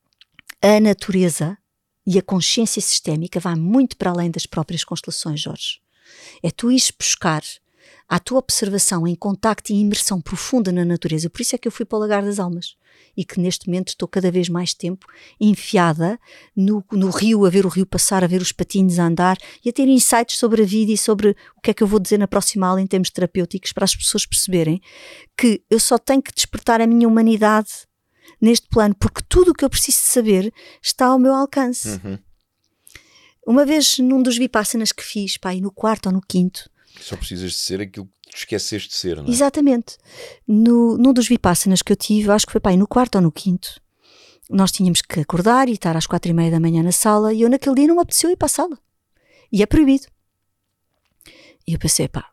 a natureza e a consciência sistémica vai muito para além das próprias constelações, Jorge. É tu ires buscar à tua observação em contacto e imersão profunda na natureza. Por isso é que eu fui para o Lagar das Almas e que neste momento estou cada vez mais tempo enfiada no, no rio, a ver o rio passar, a ver os patinhos a andar e a ter insights sobre a vida e sobre o que é que eu vou dizer na próxima aula em termos terapêuticos, para as pessoas perceberem que eu só tenho que despertar a minha humanidade neste plano, porque tudo o que eu preciso de saber está ao meu alcance. Uhum. Uma vez num dos vipassanas que fiz, pá, no quarto ou no quinto, só precisas de ser aquilo que te esqueceste de ser, não é? Exatamente. No, num dos vipassanas que eu tive, acho que foi, pá, no quarto ou no quinto, nós tínhamos que acordar e estar às quatro e meia da manhã na sala, e eu naquele dia não me apeteceu ir para a sala. E é proibido. E eu pensei, pá,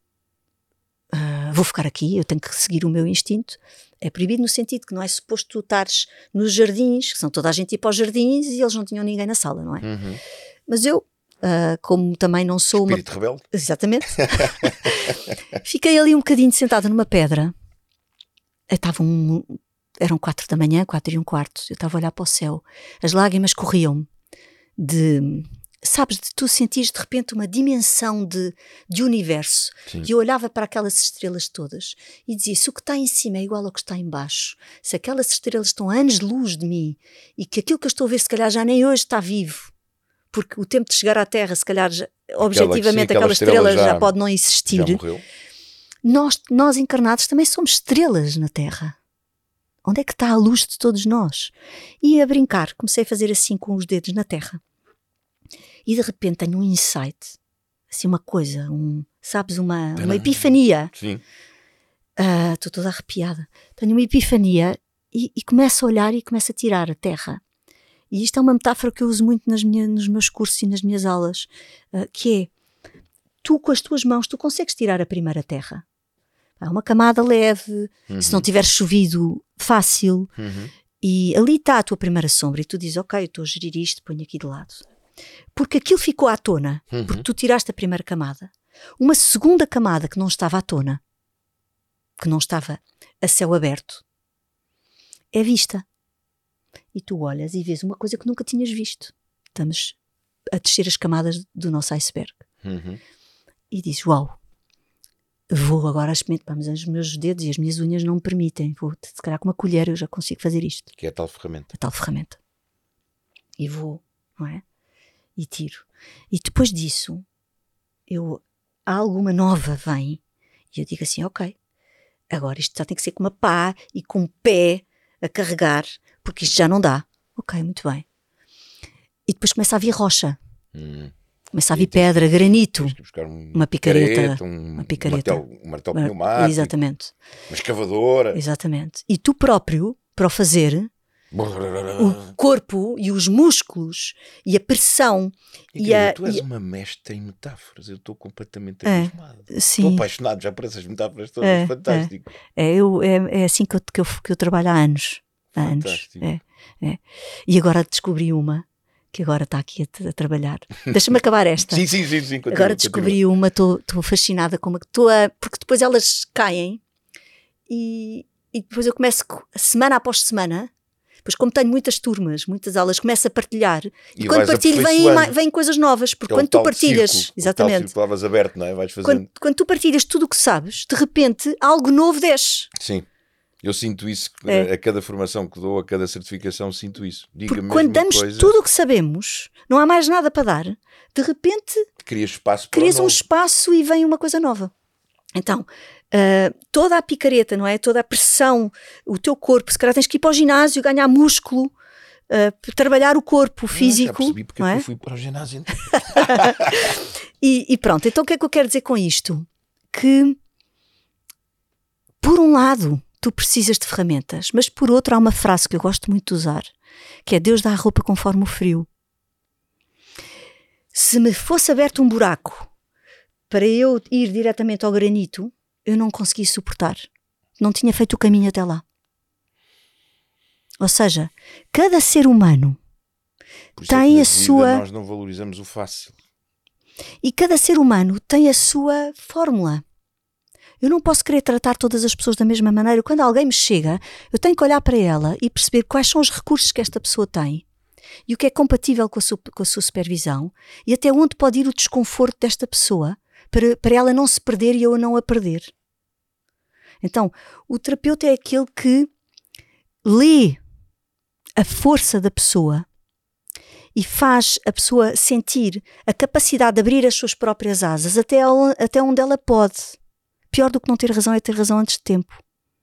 uh, vou ficar aqui, eu tenho que seguir o meu instinto. É proibido no sentido que não é suposto tu estares nos jardins, que são toda a gente ir para os jardins e eles não tinham ninguém na sala, não é? Uhum. Mas eu, uh, como também não sou Espírito uma... rebelde. Exatamente. Fiquei ali um bocadinho sentada numa pedra. Estava um... Eram quatro da manhã, quatro e um quarto. Eu estava a olhar para o céu. As lágrimas corriam de... Sabes, de tu sentires de repente uma dimensão de, de universo. Sim. E eu olhava para aquelas estrelas todas e dizia, se o que está em cima é igual ao que está em baixo, se aquelas estrelas estão a anos de luz de mim e que aquilo que eu estou a ver se calhar já nem hoje está vivo, porque o tempo de chegar à Terra, se calhar, já, objetivamente, sim, aquela estrela, estrela já, já pode não existir. Já morreu. Nós, nós encarnados também somos estrelas na Terra. Onde é que está a luz de todos nós? E a brincar, comecei a fazer assim com os dedos na Terra. E de repente tenho um insight, assim uma coisa, um, sabes, uma, uma epifania. Sim. Uh, estou toda arrepiada. Tenho uma epifania e, e começo a olhar e começo a tirar a Terra. E isto é uma metáfora que eu uso muito nas minhas, nos meus cursos e nas minhas aulas, uh, que é, tu com as tuas mãos, tu consegues tirar a primeira terra. É uma camada leve, uhum. Se não tiver chovido, fácil, uhum. E ali está a tua primeira sombra e tu dizes, ok, eu estou a gerir isto, ponho aqui de lado. Porque aquilo ficou à tona, uhum. Porque tu tiraste a primeira camada. Uma segunda camada que não estava à tona, que não estava a céu aberto, é vista. E tu olhas e vês uma coisa que nunca tinhas visto. Estamos a descer as camadas do nosso iceberg. Uhum. E dizes, uau, vou agora experimentar, mas os meus dedos e as minhas unhas não me permitem. Vou, se calhar com uma colher eu já consigo fazer isto. Que é a tal ferramenta. A tal ferramenta. E vou, não é? E tiro. E depois disso, eu, alguma nova vem e eu digo assim, ok, agora isto já tem que ser com uma pá e com um pé a carregar, porque isto já não dá. Ok, muito bem. E depois começa a vir rocha. Hum. Começa a vir pedra, granito. Um uma picareta. picareta um, uma picareta. Um martelo, um martelo uma, pneumático. Exatamente. Uma escavadora. Exatamente. E tu próprio, para o fazer, o corpo e os músculos e a pressão. E, e a, tu és e... uma mestra em metáforas. Eu estou completamente é, abismado. Sim. Estou apaixonado já por essas metáforas todas. É, fantástico. É, é, eu, é, é assim que eu, que, eu, que eu trabalho há anos. Há anos. É, é. E agora descobri uma que agora está aqui a, a trabalhar. Deixa-me acabar esta. sim, sim, sim, sim. Continua, agora descobri continua. uma, estou fascinada com uma que estou a. Porque depois elas caem e, e depois eu começo semana após semana. Pois como tenho muitas turmas, muitas aulas, começo a partilhar e, e quando partilho vêm, vêm coisas novas, porque é quando tu partilhas, círculo, exatamente, o palavras aberto, não é? Vais fazendo. Quando, quando tu partilhas tudo o que sabes, de repente algo novo desce. Sim, eu sinto isso é. a cada formação que dou, a cada certificação, sinto isso. Diga porque quando damos coisa, tudo o que sabemos, não há mais nada para dar, de repente crias espaço para crias um novo. espaço e vem uma coisa nova. Então, uh, toda a picareta, não é? Toda a pressão, o teu corpo, se calhar tens que ir para o ginásio, ganhar músculo, uh, trabalhar o corpo físico. Já percebi porque não é? eu fui para o ginásio. e, e pronto, então o que é que eu quero dizer com isto? Que, por um lado, tu precisas de ferramentas, mas por outro há uma frase que eu gosto muito de usar, que é Deus dá a roupa conforme o frio. Se me fosse aberto um buraco para eu ir diretamente ao granito, eu não consegui suportar. Não tinha feito o caminho até lá. Ou seja, cada ser humano tem é a sua... Nós não valorizamos o fácil. E cada ser humano tem a sua fórmula. Eu não posso querer tratar todas as pessoas da mesma maneira. Quando alguém me chega, eu tenho que olhar para ela e perceber quais são os recursos que esta pessoa tem e o que é compatível com a sua, com a sua supervisão e até onde pode ir o desconforto desta pessoa, para, para ela não se perder e eu não a perder. Então, o terapeuta é aquele que lê a força da pessoa e faz a pessoa sentir a capacidade de abrir as suas próprias asas até, ela, até onde ela pode. Pior do que não ter razão é ter razão antes de tempo.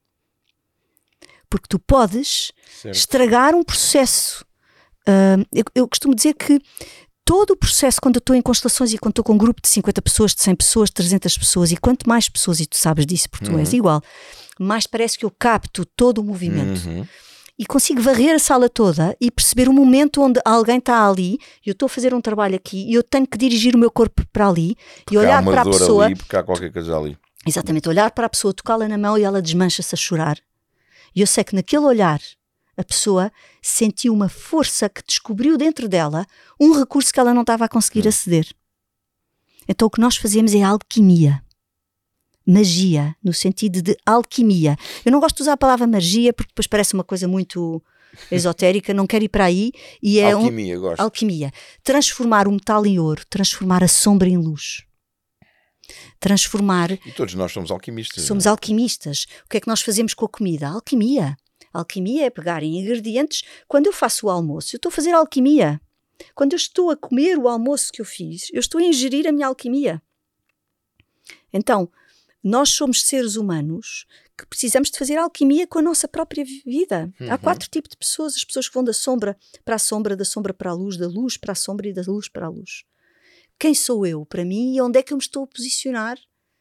Porque tu podes certo. estragar um processo. Uh, eu, eu costumo dizer que todo o processo, quando eu estou em constelações e quando estou com um grupo de cinquenta pessoas, de cem pessoas, de trezentas pessoas, e quanto mais pessoas, e tu sabes disso porque tu uhum. és igual, mais parece que eu capto todo o movimento. Uhum. E consigo varrer a sala toda e perceber o momento onde alguém está ali, e eu estou a fazer um trabalho aqui, e eu tenho que dirigir o meu corpo para ali, porque e olhar para a pessoa... Ali, porque há qualquer coisa ali. Exatamente, olhar para a pessoa, tocá-la na mão e ela desmancha-se a chorar. E eu sei que naquele olhar a pessoa sentiu uma força que descobriu dentro dela um recurso que ela não estava a conseguir hum. aceder. Então o que nós fazemos é alquimia. Magia, no sentido de alquimia. Eu não gosto de usar a palavra magia porque depois parece uma coisa muito esotérica, não quero ir para aí. E é alquimia, um, gosto. Alquimia. Transformar o metal em ouro, transformar a sombra em luz. Transformar... E todos nós somos alquimistas. Somos não é? alquimistas. O que é que nós fazemos com a comida? Alquimia. Alquimia é pegar em ingredientes. Quando eu faço o almoço, eu estou a fazer alquimia. Quando eu estou a comer o almoço que eu fiz, eu estou a ingerir a minha alquimia. Então, nós somos seres humanos que precisamos de fazer alquimia com a nossa própria vida. Uhum. Há quatro tipos de pessoas. As pessoas que vão da sombra para a sombra, da sombra para a luz, da luz para a sombra e da luz para a luz. Quem sou eu para mim e onde é que eu me estou a posicionar?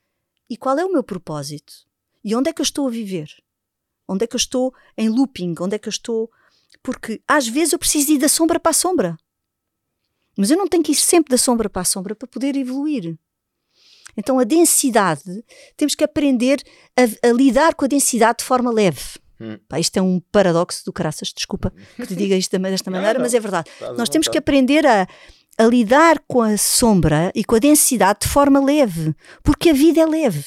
E qual é o meu propósito? E onde é que eu estou a viver? Onde é que eu estou em looping? Onde é que eu estou... Porque às vezes eu preciso ir da sombra para a sombra. Mas eu não tenho que ir sempre da sombra para a sombra para poder evoluir. Então a densidade, temos que aprender a, a lidar com a densidade de forma leve. Hum. Pá, isto é um paradoxo do caraças, desculpa que te diga isto desta maneira, não, não, mas é verdade. Nós temos que aprender a, a lidar com a sombra e com a densidade de forma leve, porque a vida é leve.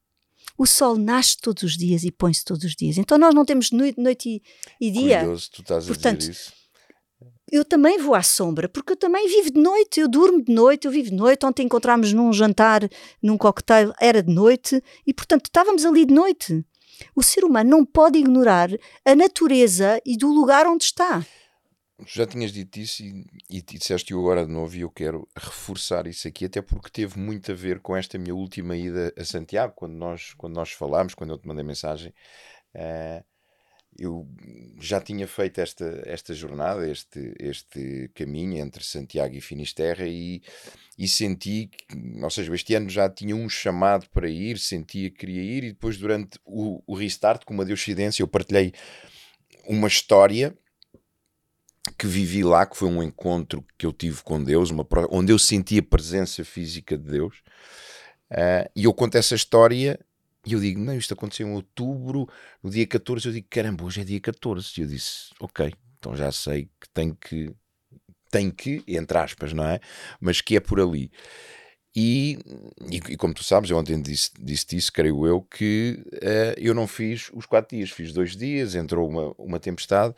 O sol nasce todos os dias e põe-se todos os dias. Então nós não temos noite, noite e, e dia. Curioso, tu estás a Portanto, dizer isso. Eu também vou à sombra, porque eu também vivo de noite, eu durmo de noite, eu vivo de noite. Ontem encontrámos num jantar, num cocktail, era de noite, e portanto estávamos ali de noite. O ser humano não pode ignorar a natureza e do lugar onde está. Já tinhas dito isso e, e disseste-o agora de novo, e eu quero reforçar isso aqui, até porque teve muito a ver com esta minha última ida a Santiago, quando nós, quando nós falámos, quando eu te mandei mensagem. Uh, eu já tinha feito esta, esta jornada, este, este caminho entre Santiago e Finisterra, e, e senti que, ou seja, este ano já tinha um chamado para ir, sentia que queria ir, e depois durante o, o restart, com uma Deuscidência, eu partilhei uma história que vivi lá, que foi um encontro que eu tive com Deus, uma, onde eu senti a presença física de Deus, uh, e eu conto essa história e eu digo, não, isto aconteceu em outubro, no dia catorze, eu digo, caramba, hoje é dia catorze, e eu disse, ok, então já sei que tenho que, tenho que, entre aspas, não é? Mas que é por ali. E, e, e como tu sabes, eu ontem disse, disse isso, creio eu, que uh, eu não fiz os quatro dias, fiz dois dias, entrou uma, uma tempestade,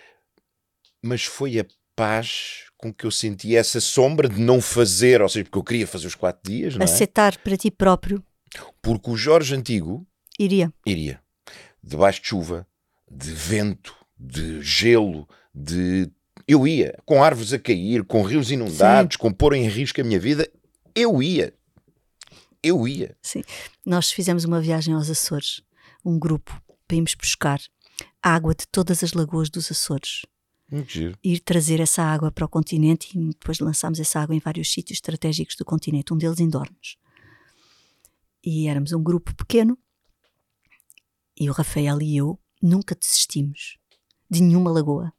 mas foi a paz com que eu senti essa sombra de não fazer, ou seja, porque eu queria fazer os quatro dias, não é? Aceitar para ti próprio. Porque o Jorge Antigo iria, iria debaixo de chuva, de vento, de gelo, de... eu ia, com árvores a cair, com rios inundados, Sim. com pôr em risco a minha vida, eu ia. Eu ia. Sim. Nós fizemos uma viagem aos Açores, um grupo, para irmos buscar água de todas as lagoas dos Açores. Muito giro. Ir trazer essa água para o continente, e depois lançámos essa água em vários sítios estratégicos do continente, um deles em Dornos. E éramos um grupo pequeno, e o Rafael e eu nunca desistimos de nenhuma lagoa.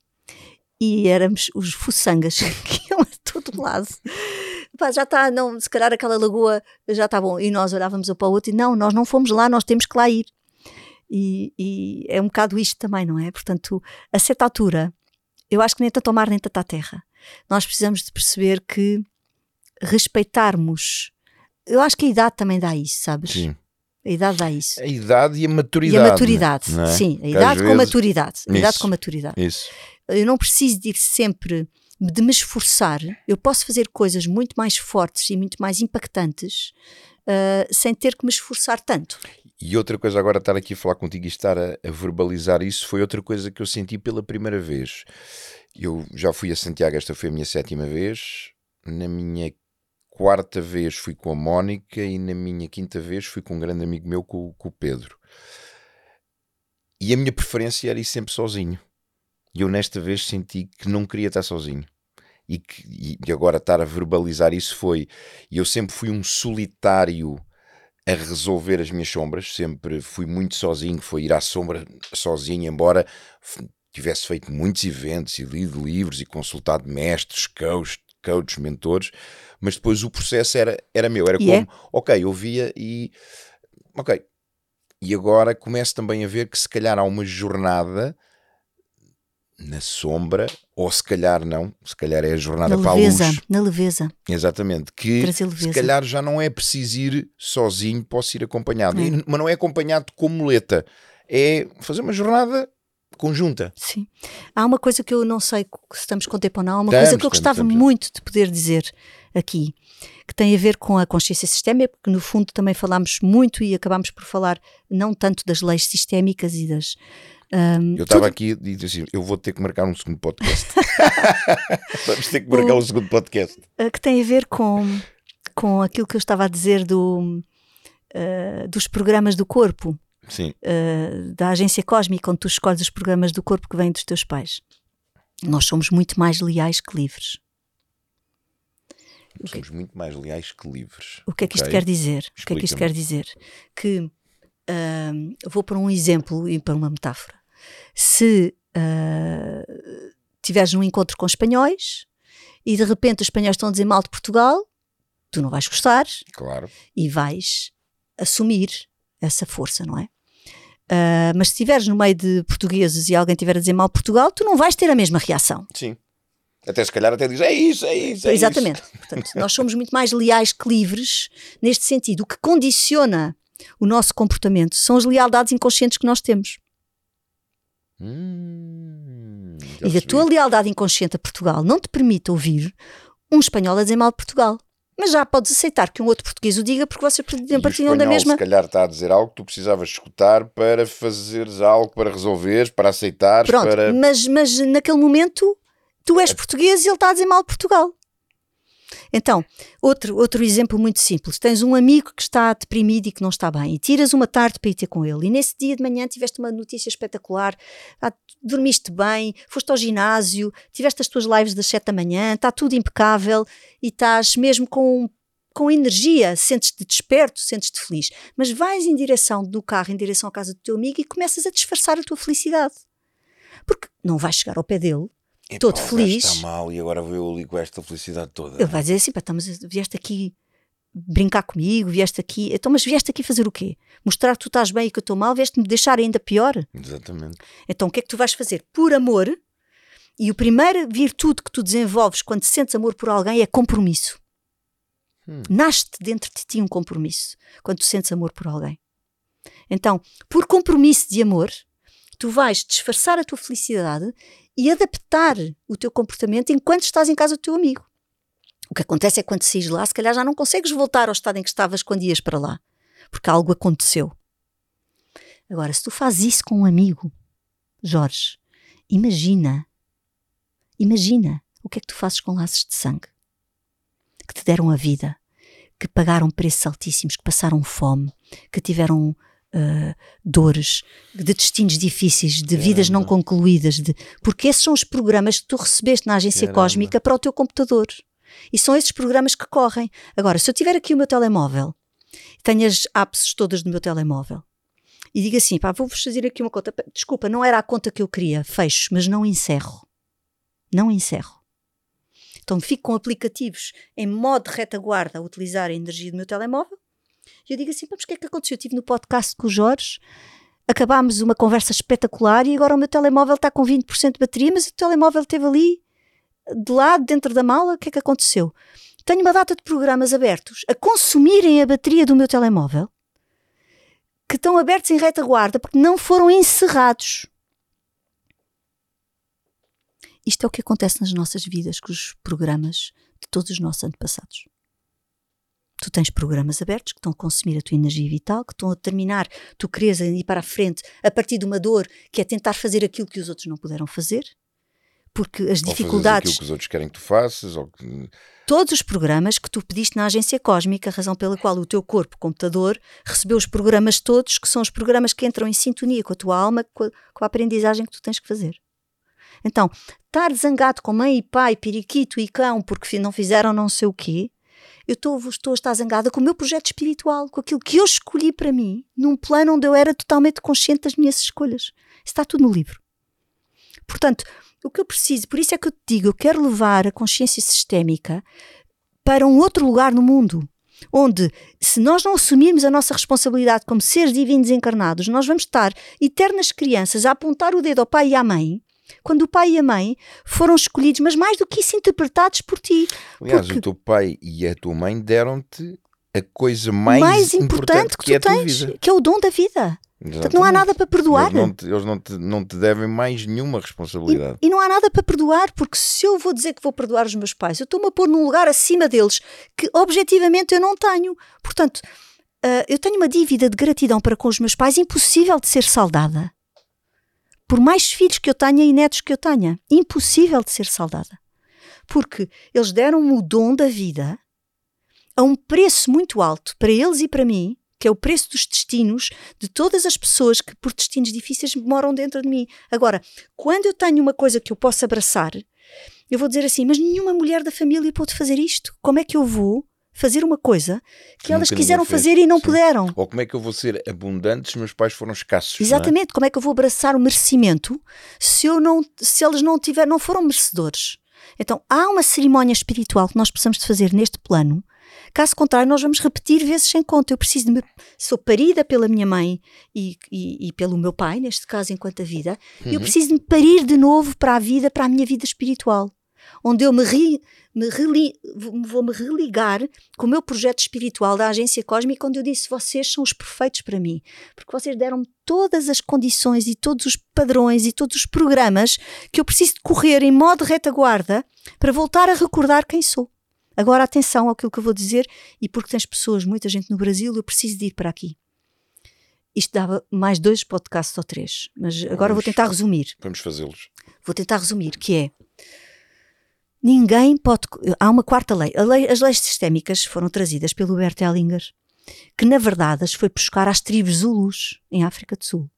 E éramos os fuçangas que iam a todo lado. Pá, já está, não, se calhar aquela lagoa já está bom. E nós olhávamos um para o outro e não, nós não fomos lá, nós temos que lá ir. E, e é um bocado isto também, não é? Portanto, a certa altura, eu acho que nem tanto ao mar nem tanto à terra. Nós precisamos de perceber que respeitarmos. Eu acho que a idade também dá isso, sabes? Sim. A idade dá isso. A idade e a maturidade. E a maturidade, não é? sim. A Que idade com vezes... maturidade. A idade Isso. com maturidade. Isso. Eu não preciso de ir sempre de me esforçar, eu posso fazer coisas muito mais fortes e muito mais impactantes uh, sem ter que me esforçar tanto. E outra coisa, agora estar aqui a falar contigo e estar a, a verbalizar isso, foi outra coisa que eu senti pela primeira vez. Eu já fui a Santiago, esta foi a minha sétima vez. Na minha quarta vez fui com a Mónica e na minha quinta vez fui com um grande amigo meu, com, com o Pedro. E a minha preferência era ir sempre sozinho. E eu nesta vez senti que não queria estar sozinho. E, que, e agora estar a verbalizar isso foi... E eu sempre fui um solitário a resolver as minhas sombras, sempre fui muito sozinho, foi ir à sombra sozinho, embora tivesse feito muitos eventos e lido livros e consultado mestres, coaches, coaches, mentores, mas depois o processo era, era meu, era yeah. como, ok, eu via e ok, e agora começo também a ver que se calhar há uma jornada na sombra, ou se calhar não, se calhar é a jornada na para leveza, a luz. Na leveza. Exatamente, que se calhar já não é preciso ir sozinho, posso ir acompanhado. É. E, mas não é acompanhado como muleta, é fazer uma jornada conjunta. Sim. Há uma coisa que eu não sei se estamos com tempo ou não, há uma estamos, coisa que eu estamos, gostava estamos. muito de poder dizer aqui, que tem a ver com a consciência sistémica, porque no fundo também falámos muito e acabámos por falar não tanto das leis sistémicas e das... Um, eu estava tudo... aqui e disse assim, eu vou ter que marcar um segundo podcast. Vamos ter que marcar o... um segundo podcast. Que tem a ver com, com aquilo que eu estava a dizer do, uh, dos programas do corpo. Sim. Uh, da agência cósmica, onde tu escolhes os programas do corpo que vêm dos teus pais. Nós somos muito mais leais que livres. Somos que... muito mais leais que livres. O que é que isto okay. quer dizer? O que é que isto quer dizer? Que uh, vou para um exemplo e para uma metáfora. Se uh, tiveres um encontro com espanhóis e de repente os espanhóis estão a dizer mal de Portugal, tu não vais gostar. Claro. E vais assumir essa força, não é? Uh, mas se estiveres no meio de portugueses e alguém estiver a dizer mal de Portugal, tu não vais ter a mesma reação. Sim. Até se calhar até diz, é isso, é isso, é Exatamente. isso. Portanto, nós somos muito mais leais que livres neste sentido. O que condiciona o nosso comportamento são as lealdades inconscientes que nós temos. Hum, e a tua lealdade inconsciente a Portugal não te permite ouvir um espanhol a dizer mal de Portugal. Mas já podes aceitar que um outro português o diga porque vocês partilham da mesma... se calhar está a dizer algo que tu precisavas escutar para fazeres algo, para resolveres, para aceitares. Pronto, para... mas, mas naquele momento tu és português e ele está a dizer mal de Portugal. Então, outro, outro exemplo muito simples. Tens um amigo que está deprimido e que não está bem e tiras uma tarde para ir ter com ele e nesse dia de manhã tiveste uma notícia espetacular, ah, dormiste bem, foste ao ginásio, tiveste as tuas lives das sete da manhã, está tudo impecável e estás mesmo com, com energia, sentes-te desperto, sentes-te feliz, mas vais em direção do carro, em direção à casa do teu amigo e começas a disfarçar a tua felicidade. Porque não vais chegar ao pé dele Epá, todo feliz. Está mal e agora vou eu ali com esta felicidade toda. Ele vai dizer assim, pá, mas vieste aqui brincar comigo, vieste aqui, então, mas vieste aqui fazer o quê? Mostrar que tu estás bem e que eu estou mal, vieste-me deixar ainda pior? Exatamente. Então o que é que tu vais fazer? Por amor, e a primeira virtude que tu desenvolves quando sentes amor por alguém é compromisso. Hum. Nasce-te dentro de ti um compromisso quando tu sentes amor por alguém. Então, por compromisso de amor, tu vais disfarçar a tua felicidade e adaptar o teu comportamento enquanto estás em casa do teu amigo. O que acontece é que quando saís lá, se calhar já não consegues voltar ao estado em que estavas quando ias para lá, porque algo aconteceu. Agora, se tu fazes isso com um amigo, Jorge, imagina, imagina o que é que tu fazes com laços de sangue, que te deram a vida, que pagaram preços altíssimos, que passaram fome, que tiveram... Uh, dores, de destinos difíceis, de Caramba. Vidas não concluídas, de... porque esses são os programas que tu recebeste na agência Caramba. cósmica para o teu computador e são esses programas que correm. Agora, se eu tiver aqui o meu telemóvel, tenho as apps todas no meu telemóvel e digo assim, pá, vou-vos fazer aqui uma conta, desculpa, não era a conta que eu queria, fecho, mas não encerro não encerro então fico com aplicativos em modo de retaguarda a utilizar a energia do meu telemóvel. E eu digo assim, mas o que é que aconteceu? Eu estive no podcast com o Jorge, acabámos uma conversa espetacular e agora o meu telemóvel está com vinte por cento de bateria, mas o telemóvel esteve ali, de lado, dentro da mala, o que é que aconteceu? Tenho uma data de programas abertos a consumirem a bateria do meu telemóvel, que estão abertos em retaguarda porque não foram encerrados. Isto é o que acontece nas nossas vidas com os programas de todos os nossos antepassados. Tu tens programas abertos que estão a consumir a tua energia vital, que estão a terminar, tu queres ir para a frente a partir de uma dor que é tentar fazer aquilo que os outros não puderam fazer, porque as ou dificuldades... aquilo que os outros querem que tu faças, ou que... Todos os programas que tu pediste na agência cósmica, a razão pela qual o teu corpo, computador, recebeu os programas todos, que são os programas que entram em sintonia com a tua alma, com a, com a aprendizagem que tu tens que fazer. Então, estar zangado com mãe e pai, periquito e cão, porque não fizeram não sei o quê, eu estou, estou a estar zangada com o meu projeto espiritual, com aquilo que eu escolhi para mim, num plano onde eu era totalmente consciente das minhas escolhas. Isso está tudo no livro. Portanto, o que eu preciso, por isso é que eu te digo, eu quero levar a consciência sistémica para um outro lugar no mundo, onde, se nós não assumirmos a nossa responsabilidade como seres divinos encarnados, nós vamos estar eternas crianças a apontar o dedo ao pai e à mãe, quando o pai e a mãe foram escolhidos, mas mais do que isso, interpretados por ti. Aliás, porque o teu pai e a tua mãe deram-te a coisa mais, mais importante, importante que, que é tu a tua tens, vida. que é o dom da vida. Portanto, não há nada para perdoar. Eles, não te, eles não, te, não te devem mais nenhuma responsabilidade. E, e não há nada para perdoar, porque se eu vou dizer que vou perdoar os meus pais, eu estou-me a pôr num lugar acima deles que objetivamente eu não tenho. Portanto, uh, eu tenho uma dívida de gratidão para com os meus pais impossível de ser saldada. Por mais filhos que eu tenha e netos que eu tenha, impossível de ser saldada. Porque eles deram-me o dom da vida a um preço muito alto para eles e para mim, que é o preço dos destinos de todas as pessoas que por destinos difíceis moram dentro de mim. Agora, quando eu tenho uma coisa que eu posso abraçar, eu vou dizer assim, mas nenhuma mulher da família pode fazer isto. Como é que eu vou fazer uma coisa que, que elas quiseram fazer e não Sim. puderam? Ou como é que eu vou ser abundante se meus pais foram escassos? Exatamente, não é? Como é que eu vou abraçar o merecimento se, eu não, se eles não, tiver, não foram merecedores? Então, há uma cerimónia espiritual que nós precisamos de fazer neste plano. Caso contrário, nós vamos repetir vezes sem conta. Eu preciso de me... Sou parida pela minha mãe e, e, e pelo meu pai, neste caso, enquanto a vida. E uhum. eu preciso de me parir de novo para a vida, para a minha vida espiritual. Onde eu me, ri, me reli, vou me religar com o meu projeto espiritual da agência cósmica, onde eu disse, vocês são os perfeitos para mim. Porque vocês deram-me todas as condições e todos os padrões e todos os programas que eu preciso de correr em modo retaguarda para voltar a recordar quem sou. Agora atenção àquilo que eu vou dizer, e porque tens pessoas, muita gente no Brasil, eu preciso de ir para aqui. Isto dava mais dois podcasts ou três, mas agora vamos, vou tentar resumir. Vamos fazê-los. Vou tentar resumir, que é, ninguém pode... Há uma quarta lei. A lei as leis sistémicas foram trazidas pelo Bert Hellinger, que na verdade as foi buscar às tribos Zulus, em África do Sul.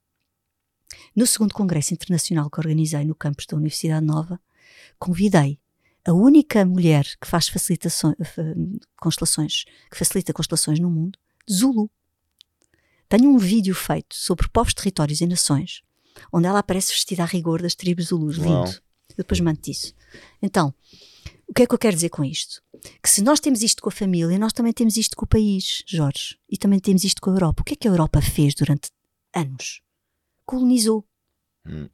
No segundo congresso internacional que organizei no campus da Universidade Nova, convidei a única mulher que faz facilitações, constelações, que facilita constelações no mundo, Zulu. Tenho um vídeo feito sobre povos, territórios e nações, onde ela aparece vestida a rigor das tribos Zulus. Lindo. Eu depois mando-te isso. Então, o que é que eu quero dizer com isto? Que se nós temos isto com a família, nós também temos isto com o país, Jorge. E também temos isto com a Europa. O que é que a Europa fez durante anos? Colonizou. Hum.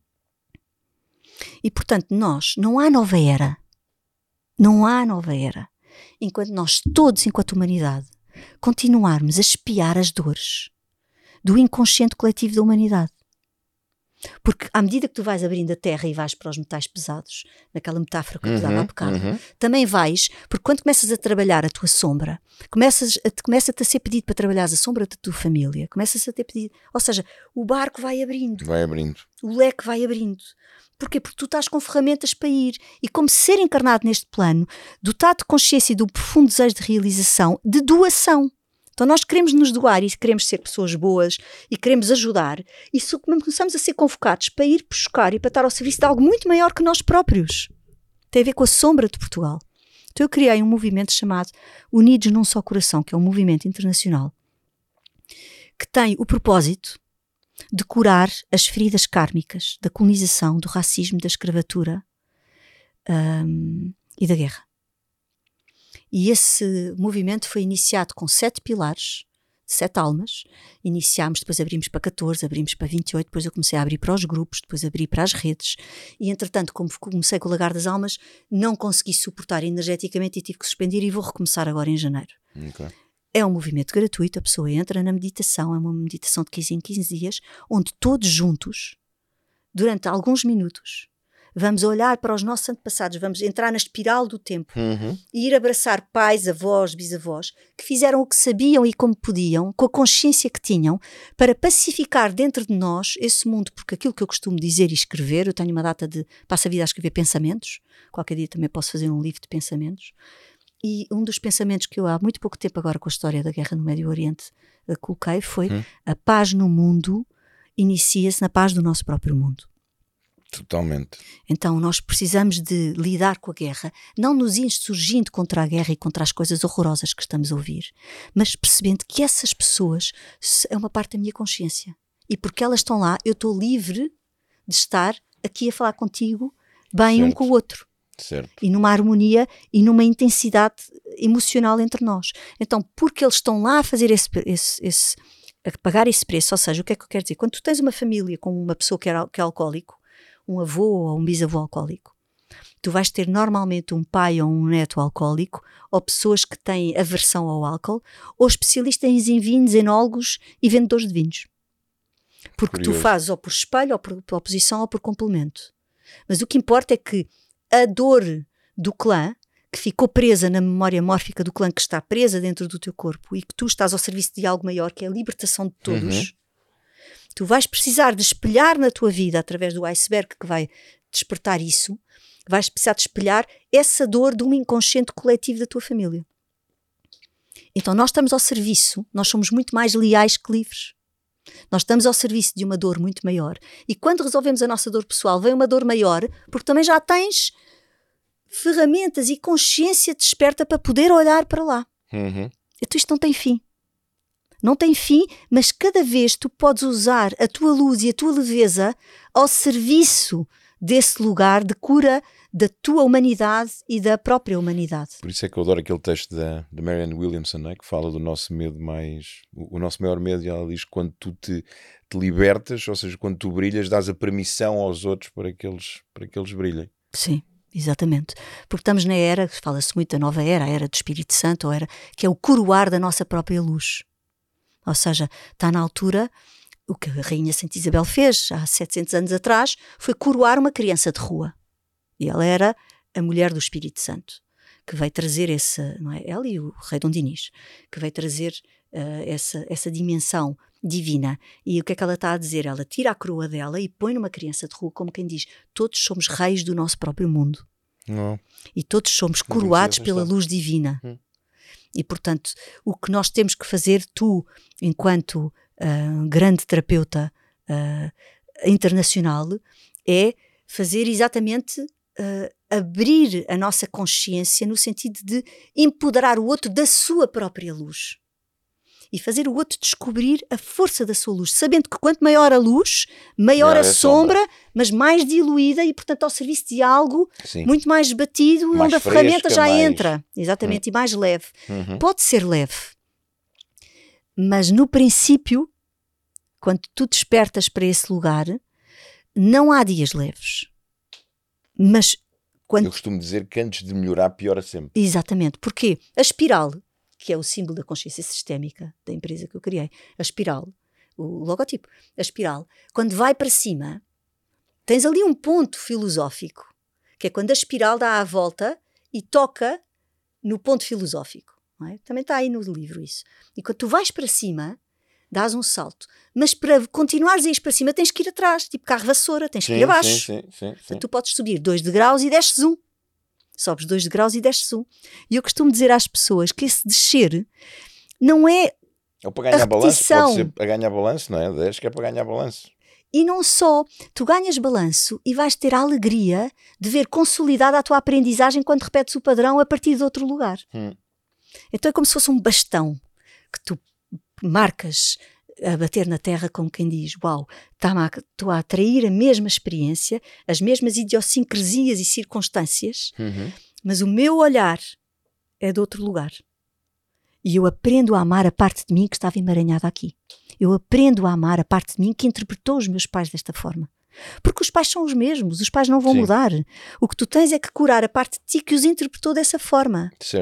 E, portanto, nós, não há nova era. Não há nova era, enquanto nós todos, enquanto humanidade, continuarmos a espiar as dores do inconsciente coletivo da humanidade. Porque à medida que tu vais abrindo a terra e vais para os metais pesados, naquela metáfora que eu te dava há bocado, uhum. também vais, porque quando começas a trabalhar a tua sombra, começas a, começa-te a ser pedido para trabalhares a sombra da tua família, começas a ter pedido, ou seja, o barco vai abrindo. Vai abrindo. O leque vai abrindo. Porquê? Porque tu estás com ferramentas para ir. E como ser encarnado neste plano, dotado de consciência e do profundo desejo de realização, de doação. Então nós queremos nos doar e queremos ser pessoas boas e queremos ajudar. E se começamos a ser convocados para ir buscar e para estar ao serviço de algo muito maior que nós próprios. Tem a ver com a sombra de Portugal. Então eu criei um movimento chamado Unidos num Só Coração, que é um movimento internacional, que tem o propósito de curar as feridas kármicas da colonização, do racismo, da escravatura um, e da guerra. E esse movimento foi iniciado com sete pilares, sete almas. Iniciámos, depois abrimos para catorze, abrimos para vinte e oito, depois eu comecei a abrir para os grupos, depois abri para as redes. E entretanto, como comecei com o Lagar das Almas, não consegui suportar energeticamente e tive que suspender e vou recomeçar agora em janeiro. Okay. É um movimento gratuito, a pessoa entra na meditação, é uma meditação de quinze em quinze dias, onde todos juntos, durante alguns minutos, vamos olhar para os nossos antepassados, vamos entrar na espiral do tempo Uhum. e ir abraçar pais, avós, bisavós, que fizeram o que sabiam e como podiam, com a consciência que tinham, para pacificar dentro de nós esse mundo, porque aquilo que eu costumo dizer e escrever, eu tenho uma data de, passo a vida a escrever pensamentos, qualquer dia também posso fazer um livro de pensamentos, e um dos pensamentos que eu há muito pouco tempo agora com a história da guerra no Médio Oriente uh, coloquei foi Uhum. a paz no mundo inicia-se na paz do nosso próprio mundo. Totalmente. Então nós precisamos de lidar com a guerra, não nos insurgindo contra a guerra e contra as coisas horrorosas que estamos a ouvir, mas percebendo que essas pessoas é uma parte da minha consciência. E porque elas estão lá, eu estou livre de estar aqui a falar contigo bem Certo. um com o outro. Certo. E numa harmonia e numa intensidade emocional entre nós. Então, porque eles estão lá a fazer esse, esse, esse a pagar esse preço, ou seja, o que é que eu quero dizer? Quando tu tens uma família com uma pessoa que é, que é alcoólico, um avô ou um bisavô alcoólico, tu vais ter normalmente um pai ou um neto alcoólico, ou pessoas que têm aversão ao álcool, ou especialistas em vinhos, enólogos e vendedores de vinhos. Porque Curioso. tu fazes ou por espelho, ou por, por oposição, ou por complemento. Mas o que importa é que a dor do clã, que ficou presa na memória mórfica do clã, que está presa dentro do teu corpo e que tu estás ao serviço de algo maior, que é a libertação de todos, uhum. tu vais precisar de espelhar na tua vida, através do iceberg que vai despertar isso, vais precisar de espelhar essa dor de um inconsciente coletivo da tua família. Então nós estamos ao serviço, nós somos muito mais leais que livres. Nós estamos ao serviço de uma dor muito maior. E quando resolvemos a nossa dor pessoal, vem uma dor maior, porque também já tens ferramentas e consciência desperta para poder olhar para lá. Uhum. Então isto não tem fim. Não tem fim, mas cada vez tu podes usar a tua luz e a tua leveza ao serviço desse lugar de cura da tua humanidade e da própria humanidade. Por isso é que eu adoro aquele texto da, da Marianne Williamson, né, que fala do nosso medo mais... O, o nosso maior medo, e ela diz que quando tu te, te libertas, ou seja, quando tu brilhas, dás a permissão aos outros para que eles, para que eles brilhem. Sim. Exatamente, porque estamos na era, fala-se muito da nova era, a era do Espírito Santo, a era, que é o coroar da nossa própria luz. Ou seja, está na altura, o que a Rainha Santa Isabel fez há setecentos anos atrás, foi coroar uma criança de rua. E ela era a mulher do Espírito Santo, que veio trazer esse, não é? Ela e o rei Dom Dinis, que veio trazer uh, essa, essa dimensão divina. E o que é que ela está a dizer? Ela tira a coroa dela e põe numa criança de rua, como quem diz, todos somos reis do nosso próprio mundo. Não. E todos somos coroados pela luz divina. Hum. E portanto, o que nós temos que fazer, tu, enquanto uh, grande terapeuta uh, internacional, é fazer exatamente uh, abrir a nossa consciência no sentido de empoderar o outro da sua própria luz. E fazer o outro descobrir a força da sua luz, sabendo que quanto maior a luz, maior a sombra, sombra, mas mais diluída e, portanto, ao serviço de algo Sim. muito mais batido, mais onde a fresca, ferramenta já mais... entra. Exatamente, hum. e mais leve. Uhum. Pode ser leve, mas no princípio, quando tu despertas para esse lugar, não há dias leves. Mas quando... Eu costumo dizer que antes de melhorar, piora sempre. Exatamente. Porquê? A espiral, que é o símbolo da consciência sistémica da empresa que eu criei, a espiral, o logotipo, a espiral, quando vai para cima, tens ali um ponto filosófico, que é quando a espiral dá a volta e toca no ponto filosófico. Não é? Também está aí no livro isso. E quando tu vais para cima, dás um salto. Mas para continuares a ir para cima, tens que ir atrás, tipo carro vassoura, tens sim, que ir abaixo. Sim, sim, sim, sim. Tu podes subir dois degraus e desces um. Sobes dois degraus e desces um. E eu costumo dizer às pessoas que esse descer não é Ou para ganhar balanço, pode ser para ganhar balanço, não é? Desce que é para ganhar balanço. E não só, tu ganhas balanço e vais ter a alegria de ver consolidada a tua aprendizagem quando repetes o padrão a partir de outro lugar. Hum. Então é como se fosse um bastão que tu marcas a bater na terra, como quem diz, uau, estou a atrair a mesma experiência, as mesmas idiosincrasias e circunstâncias, uhum. mas o meu olhar é de outro lugar. E eu aprendo a amar a parte de mim que estava emaranhada aqui. Eu aprendo a amar a parte de mim que interpretou os meus pais desta forma. Porque os pais são os mesmos, os pais não vão Sim. mudar. O que tu tens é que curar a parte de ti que os interpretou dessa forma. Certo.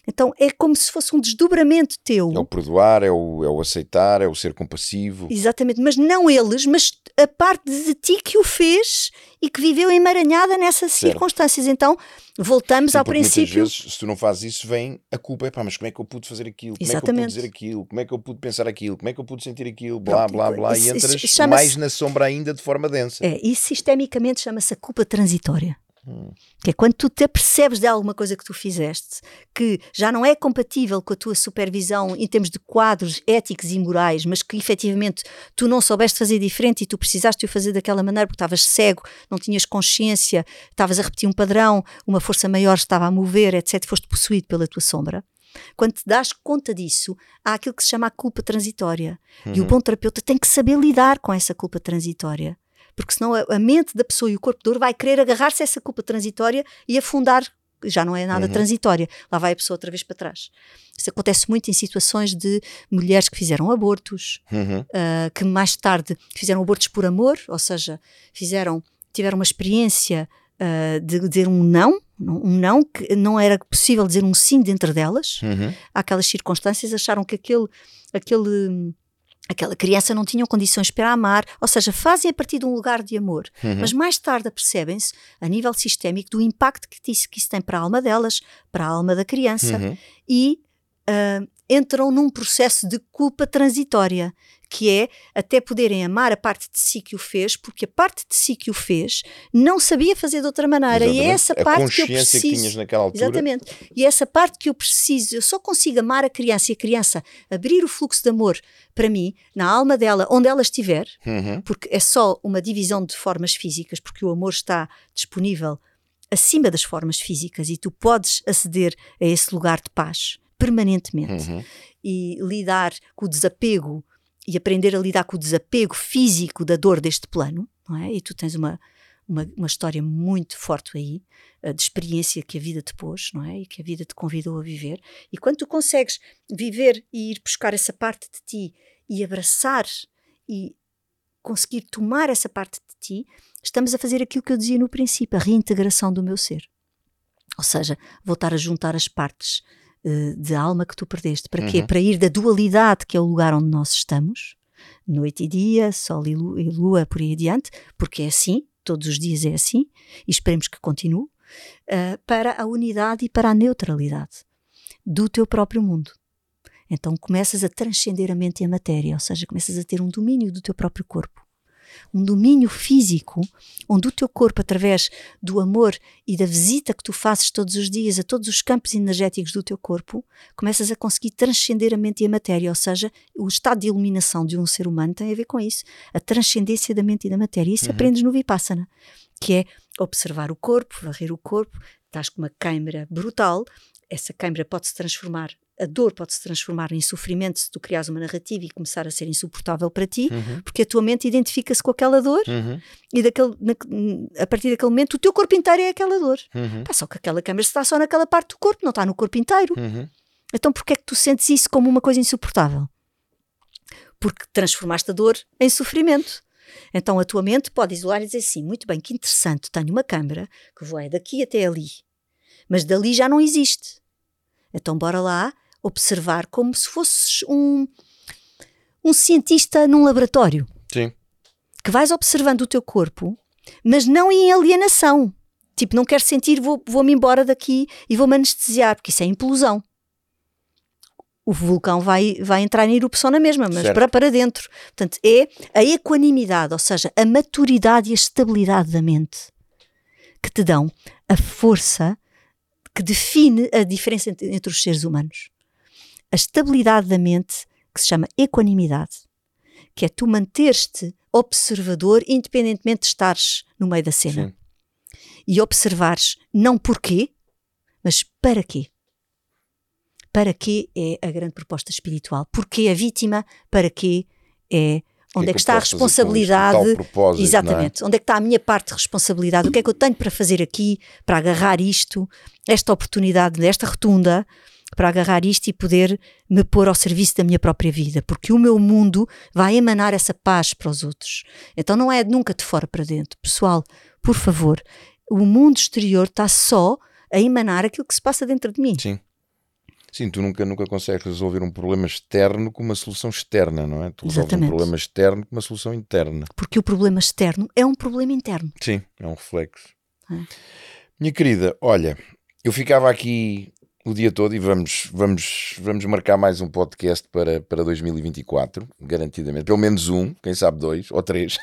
Então é como se fosse um desdobramento teu. É o perdoar, é o, é o aceitar, é o ser compassivo. Exatamente, mas não eles, mas a parte de ti que o fez e que viveu emaranhada nessas Certo. circunstâncias. Então voltamos Sim, ao porque princípio. muitas vezes, se tu não fazes isso, vem a culpa. Epá, mas como é que eu pude fazer aquilo? Como é que eu Exatamente. pude dizer aquilo? Como é que eu pude pensar aquilo? Como é que eu pude sentir aquilo? Blá, Pronto, blá, blá. isso- E isso entras chama-se- mais na sombra ainda de forma densa. É, e sistemicamente chama-se a culpa transitória. Hum. Que é quando tu te apercebes de alguma coisa que tu fizeste que já não é compatível com a tua supervisão em termos de quadros éticos e morais, mas que efetivamente tu não soubeste fazer diferente e tu precisaste de o fazer daquela maneira porque estavas cego, não tinhas consciência, estavas a repetir um padrão, uma força maior estava a mover, etcétera, foste possuído pela tua sombra. Quando te das conta disso, há aquilo que se chama a culpa transitória. Uhum. E o bom terapeuta tem que saber lidar com essa culpa transitória. Porque senão a, a mente da pessoa e o corpo dor vai querer agarrar-se a essa culpa transitória e afundar, já não é nada Uhum. transitória, lá vai a pessoa outra vez para trás. Isso acontece muito em situações de mulheres que fizeram abortos, Uhum. uh, que mais tarde fizeram abortos por amor, ou seja, fizeram, tiveram uma experiência uh, de dizer um não, um não, que não era possível dizer um sim dentro delas. Uhum. Aquelas circunstâncias, acharam que aquele, aquele, aquela criança não tinha condições para amar, ou seja, fazem a partir de um lugar de amor, Uhum. mas mais tarde apercebem-se, a nível sistémico, do impacto que isso, que isso tem para a alma delas, para a alma da criança, Uhum. e uh, entram num processo de culpa transitória, que é até poderem amar a parte de si que o fez, porque a parte de si que o fez não sabia fazer de outra maneira. Exatamente. E é essa a parte que eu consciência preciso. que tinhas naquela altura. Exatamente. E é essa parte que eu preciso, eu só consigo amar a criança e a criança abrir o fluxo de amor para mim, na alma dela, onde ela estiver, Uhum. porque é só uma divisão de formas físicas, porque o amor está disponível acima das formas físicas e tu podes aceder a esse lugar de paz permanentemente. Uhum. E lidar com o desapego e aprender a lidar com o desapego físico da dor deste plano, não é? E tu tens uma, uma, uma história muito forte aí, de experiência que a vida te pôs, não é? E que a vida te convidou a viver. E quando tu consegues viver e ir buscar essa parte de ti e abraçar e conseguir tomar essa parte de ti, estamos a fazer aquilo que eu dizia no princípio, a reintegração do meu ser. Ou seja, voltar a juntar as partes de alma que tu perdeste. Para quê? Uhum. Para ir da dualidade, que é o lugar onde nós estamos, noite e dia, sol e lua, e lua por aí adiante, porque é assim, todos os dias é assim, e esperemos que continue, uh, para a unidade e para a neutralidade do teu próprio mundo. Então começas a transcender a mente e a matéria, ou seja, começas a ter um domínio do teu próprio corpo. Um domínio físico, onde o teu corpo, através do amor e da visita que tu fazes todos os dias a todos os campos energéticos do teu corpo, começas a conseguir transcender a mente e a matéria, ou seja, o estado de iluminação de um ser humano tem a ver com isso, a transcendência da mente e da matéria. Isso Uhum. aprendes no Vipassana, que é observar o corpo, varrer o corpo, estás com uma queimbra brutal, essa queimbra pode-se transformar, a dor pode-se transformar em sofrimento se tu criares uma narrativa e começar a ser insuportável para ti, Uhum. porque a tua mente identifica-se com aquela dor Uhum. e daquele, na, a partir daquele momento o teu corpo inteiro é aquela dor. Uhum. Pá, só que aquela câmara está só naquela parte do corpo, não está no corpo inteiro. Uhum. Então porquê é que tu sentes isso como uma coisa insuportável? Porque transformaste a dor em sofrimento. Então a tua mente pode isolar e dizer assim, muito bem, que interessante, tenho uma câmara que vai daqui até ali, mas dali já não existe. Então bora lá observar como se fosses um, um cientista num laboratório. Sim. Que vais observando o teu corpo, mas não em alienação. Tipo, não quero sentir, vou, vou-me embora daqui e vou-me anestesiar, porque isso é implosão. O vulcão vai, vai entrar em erupção na mesma, mas para, para dentro. Portanto, é a equanimidade, ou seja, a maturidade e a estabilidade da mente que te dão a força que define a diferença entre, entre os seres humanos. A estabilidade da mente, que se chama equanimidade, que é tu manteres-te observador independentemente de estares no meio da cena. Sim. E observares não porquê, mas para quê. Para quê é a grande proposta espiritual. Porquê a vítima, para quê é onde é que, é que está a responsabilidade. Exatamente. É? Onde é que está a minha parte de responsabilidade? O que é que eu tenho para fazer aqui, para agarrar isto, esta oportunidade, esta rotunda, para agarrar isto e poder me pôr ao serviço da minha própria vida, porque o meu mundo vai emanar essa paz para os outros. Então não é nunca de fora para dentro. Pessoal, por favor, o mundo exterior está só a emanar aquilo que se passa dentro de mim. Sim. Sim, tu nunca, nunca consegues resolver um problema externo com uma solução externa, não é? Tu resolves Exatamente. um problema externo com uma solução interna. Porque o problema externo é um problema interno. Sim, é um reflexo. É. Minha querida, olha, eu ficava aqui o dia todo e vamos, vamos, vamos marcar mais um podcast para, para dois mil e vinte e quatro, garantidamente. Pelo menos um, quem sabe dois ou três.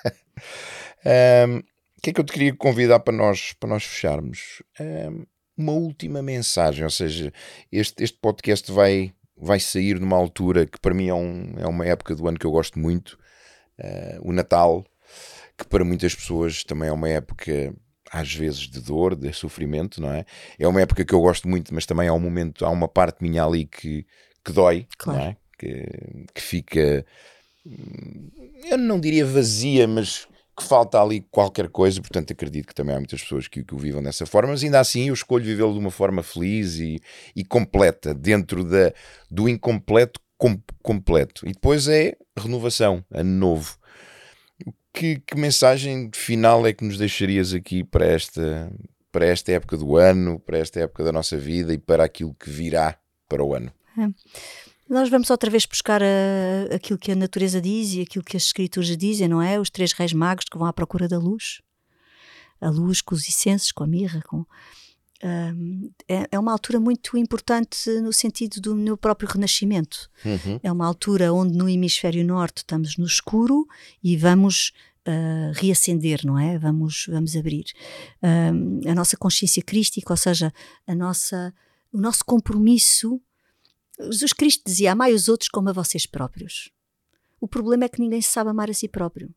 um, o que é que eu te queria convidar para nós, para nós fecharmos? Um, uma última mensagem, ou seja, este, este podcast vai, vai sair numa altura que para mim é, um, é uma época do ano que eu gosto muito, uh, o Natal, que para muitas pessoas também é uma época às vezes de dor, de sofrimento, não é? É uma época que eu gosto muito, mas também há um momento, há uma parte minha ali que, que dói, claro. Não é? Que, que fica, eu não diria vazia, mas que falta ali qualquer coisa, portanto acredito que também há muitas pessoas que, que o vivam dessa forma, mas ainda assim eu escolho vivê-lo de uma forma feliz e, e completa, dentro da, do incompleto com, completo. E depois é renovação, ano novo. Que, que mensagem final é que nos deixarias aqui para esta, para esta época do ano, para esta época da nossa vida e para aquilo que virá para o ano? É. Nós vamos outra vez buscar a, aquilo que a natureza diz e aquilo que as escrituras dizem, não é? Os três reis magos que vão à procura da luz. A luz com os incensos, com a mirra, com... Um, é, é uma altura muito importante no sentido do meu próprio renascimento. Uhum. É uma altura onde no hemisfério norte estamos no escuro e vamos uh, reacender, não é? Vamos, vamos abrir um, a nossa consciência crística, ou seja, a nossa, o nosso compromisso. Jesus Cristo dizia: amai os outros como a vocês próprios. O problema é que ninguém se sabe amar a si próprio.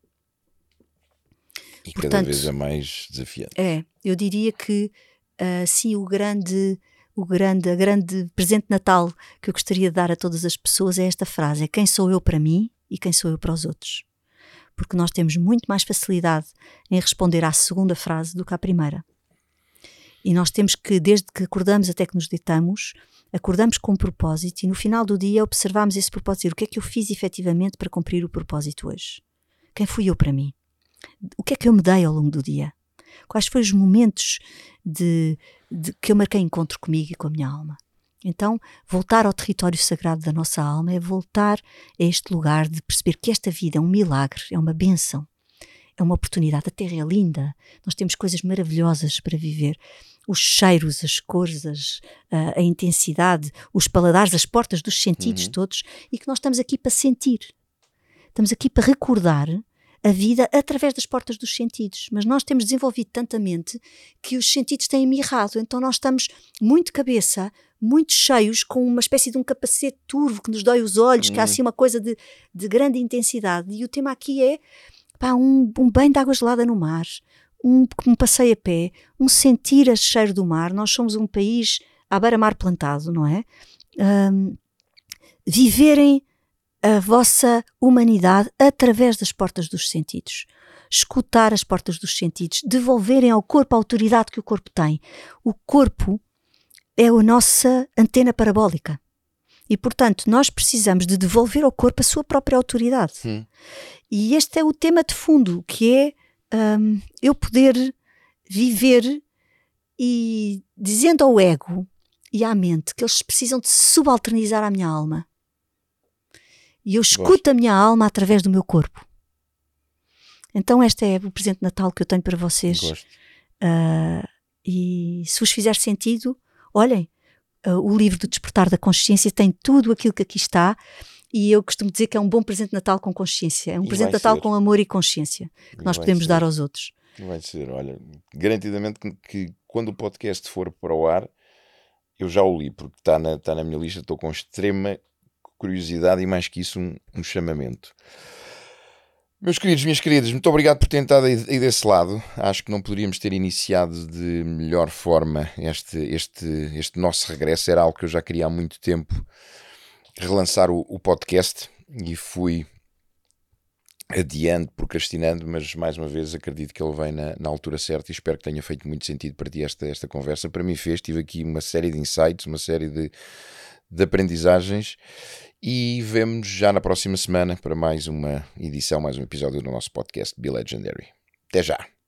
E Portanto, cada vez é mais desafiante. É, eu diria que Uh, sim, o grande, o grande, a grande presente de Natal que eu gostaria de dar a todas as pessoas é esta frase: é quem sou eu para mim e quem sou eu para os outros. Porque nós temos muito mais facilidade em responder à segunda frase do que à primeira. E nós temos que, desde que acordamos até que nos deitamos, acordamos com um propósito e no final do dia observamos esse propósito e dizer: o que é que eu fiz efetivamente para cumprir o propósito hoje? Quem fui eu para mim? O que é que eu me dei ao longo do dia? Quais foram os momentos de, de, que eu marquei encontro comigo e com a minha alma? Então, voltar ao território sagrado da nossa alma é voltar a este lugar de perceber que esta vida é um milagre, é uma bênção, é uma oportunidade. A Terra é linda, nós temos coisas maravilhosas para viver. Os cheiros, as cores, as, a, a intensidade, os paladares, as portas dos sentidos uhum. todos, e que nós estamos aqui para sentir. Estamos aqui para recordar a vida através das portas dos sentidos, mas nós temos desenvolvido tanta mente que os sentidos têm mirrado, então nós estamos muito cabeça, muito cheios, com uma espécie de um capacete turvo que nos dói os olhos, uhum. que há assim uma coisa de, de grande intensidade, e o tema aqui é pá, um, um banho de água gelada no mar, um, um passeio a pé, um sentir a cheiro do mar. Nós somos um país à beira-mar plantado, não é? Um, viverem a vossa humanidade através das portas dos sentidos. Escutar as portas dos sentidos, devolverem ao corpo a autoridade que o corpo tem. O corpo é a nossa antena parabólica. E, portanto, nós precisamos de devolver ao corpo a sua própria autoridade. Hum. E este é o tema de fundo, que é um, eu poder viver e dizendo ao ego e à mente que eles precisam de se subalternizar à minha alma. E eu escuto Gosto. a minha alma através do meu corpo. Então este é o presente de Natal que eu tenho para vocês. Uh, e se vos fizer sentido, olhem, uh, o livro do Despertar da Consciência tem tudo aquilo que aqui está, e eu costumo dizer que é um bom presente de Natal com consciência. É um e presente de Natal ser. com amor e consciência que e nós podemos ser. dar aos outros. Vai ser, olha, garantidamente que, que quando o podcast for para o ar, eu já o li, porque está na, está na minha lista, estou com extrema curiosidade e mais que isso um, um chamamento. Meus queridos, minhas queridas, muito obrigado por terem estado aí, aí desse lado. Acho que não poderíamos ter iniciado de melhor forma este, este, este nosso regresso. Era algo que eu já queria há muito tempo relançar o, o podcast e fui adiante, procrastinando, mas mais uma vez acredito que ele vem na, na altura certa e espero que tenha feito muito sentido para ti esta, esta conversa. Para mim fez, tive aqui uma série de insights, uma série de, de aprendizagens. E vemo-nos já na próxima semana para mais uma edição, mais um episódio do nosso podcast Be Legendary. Até já!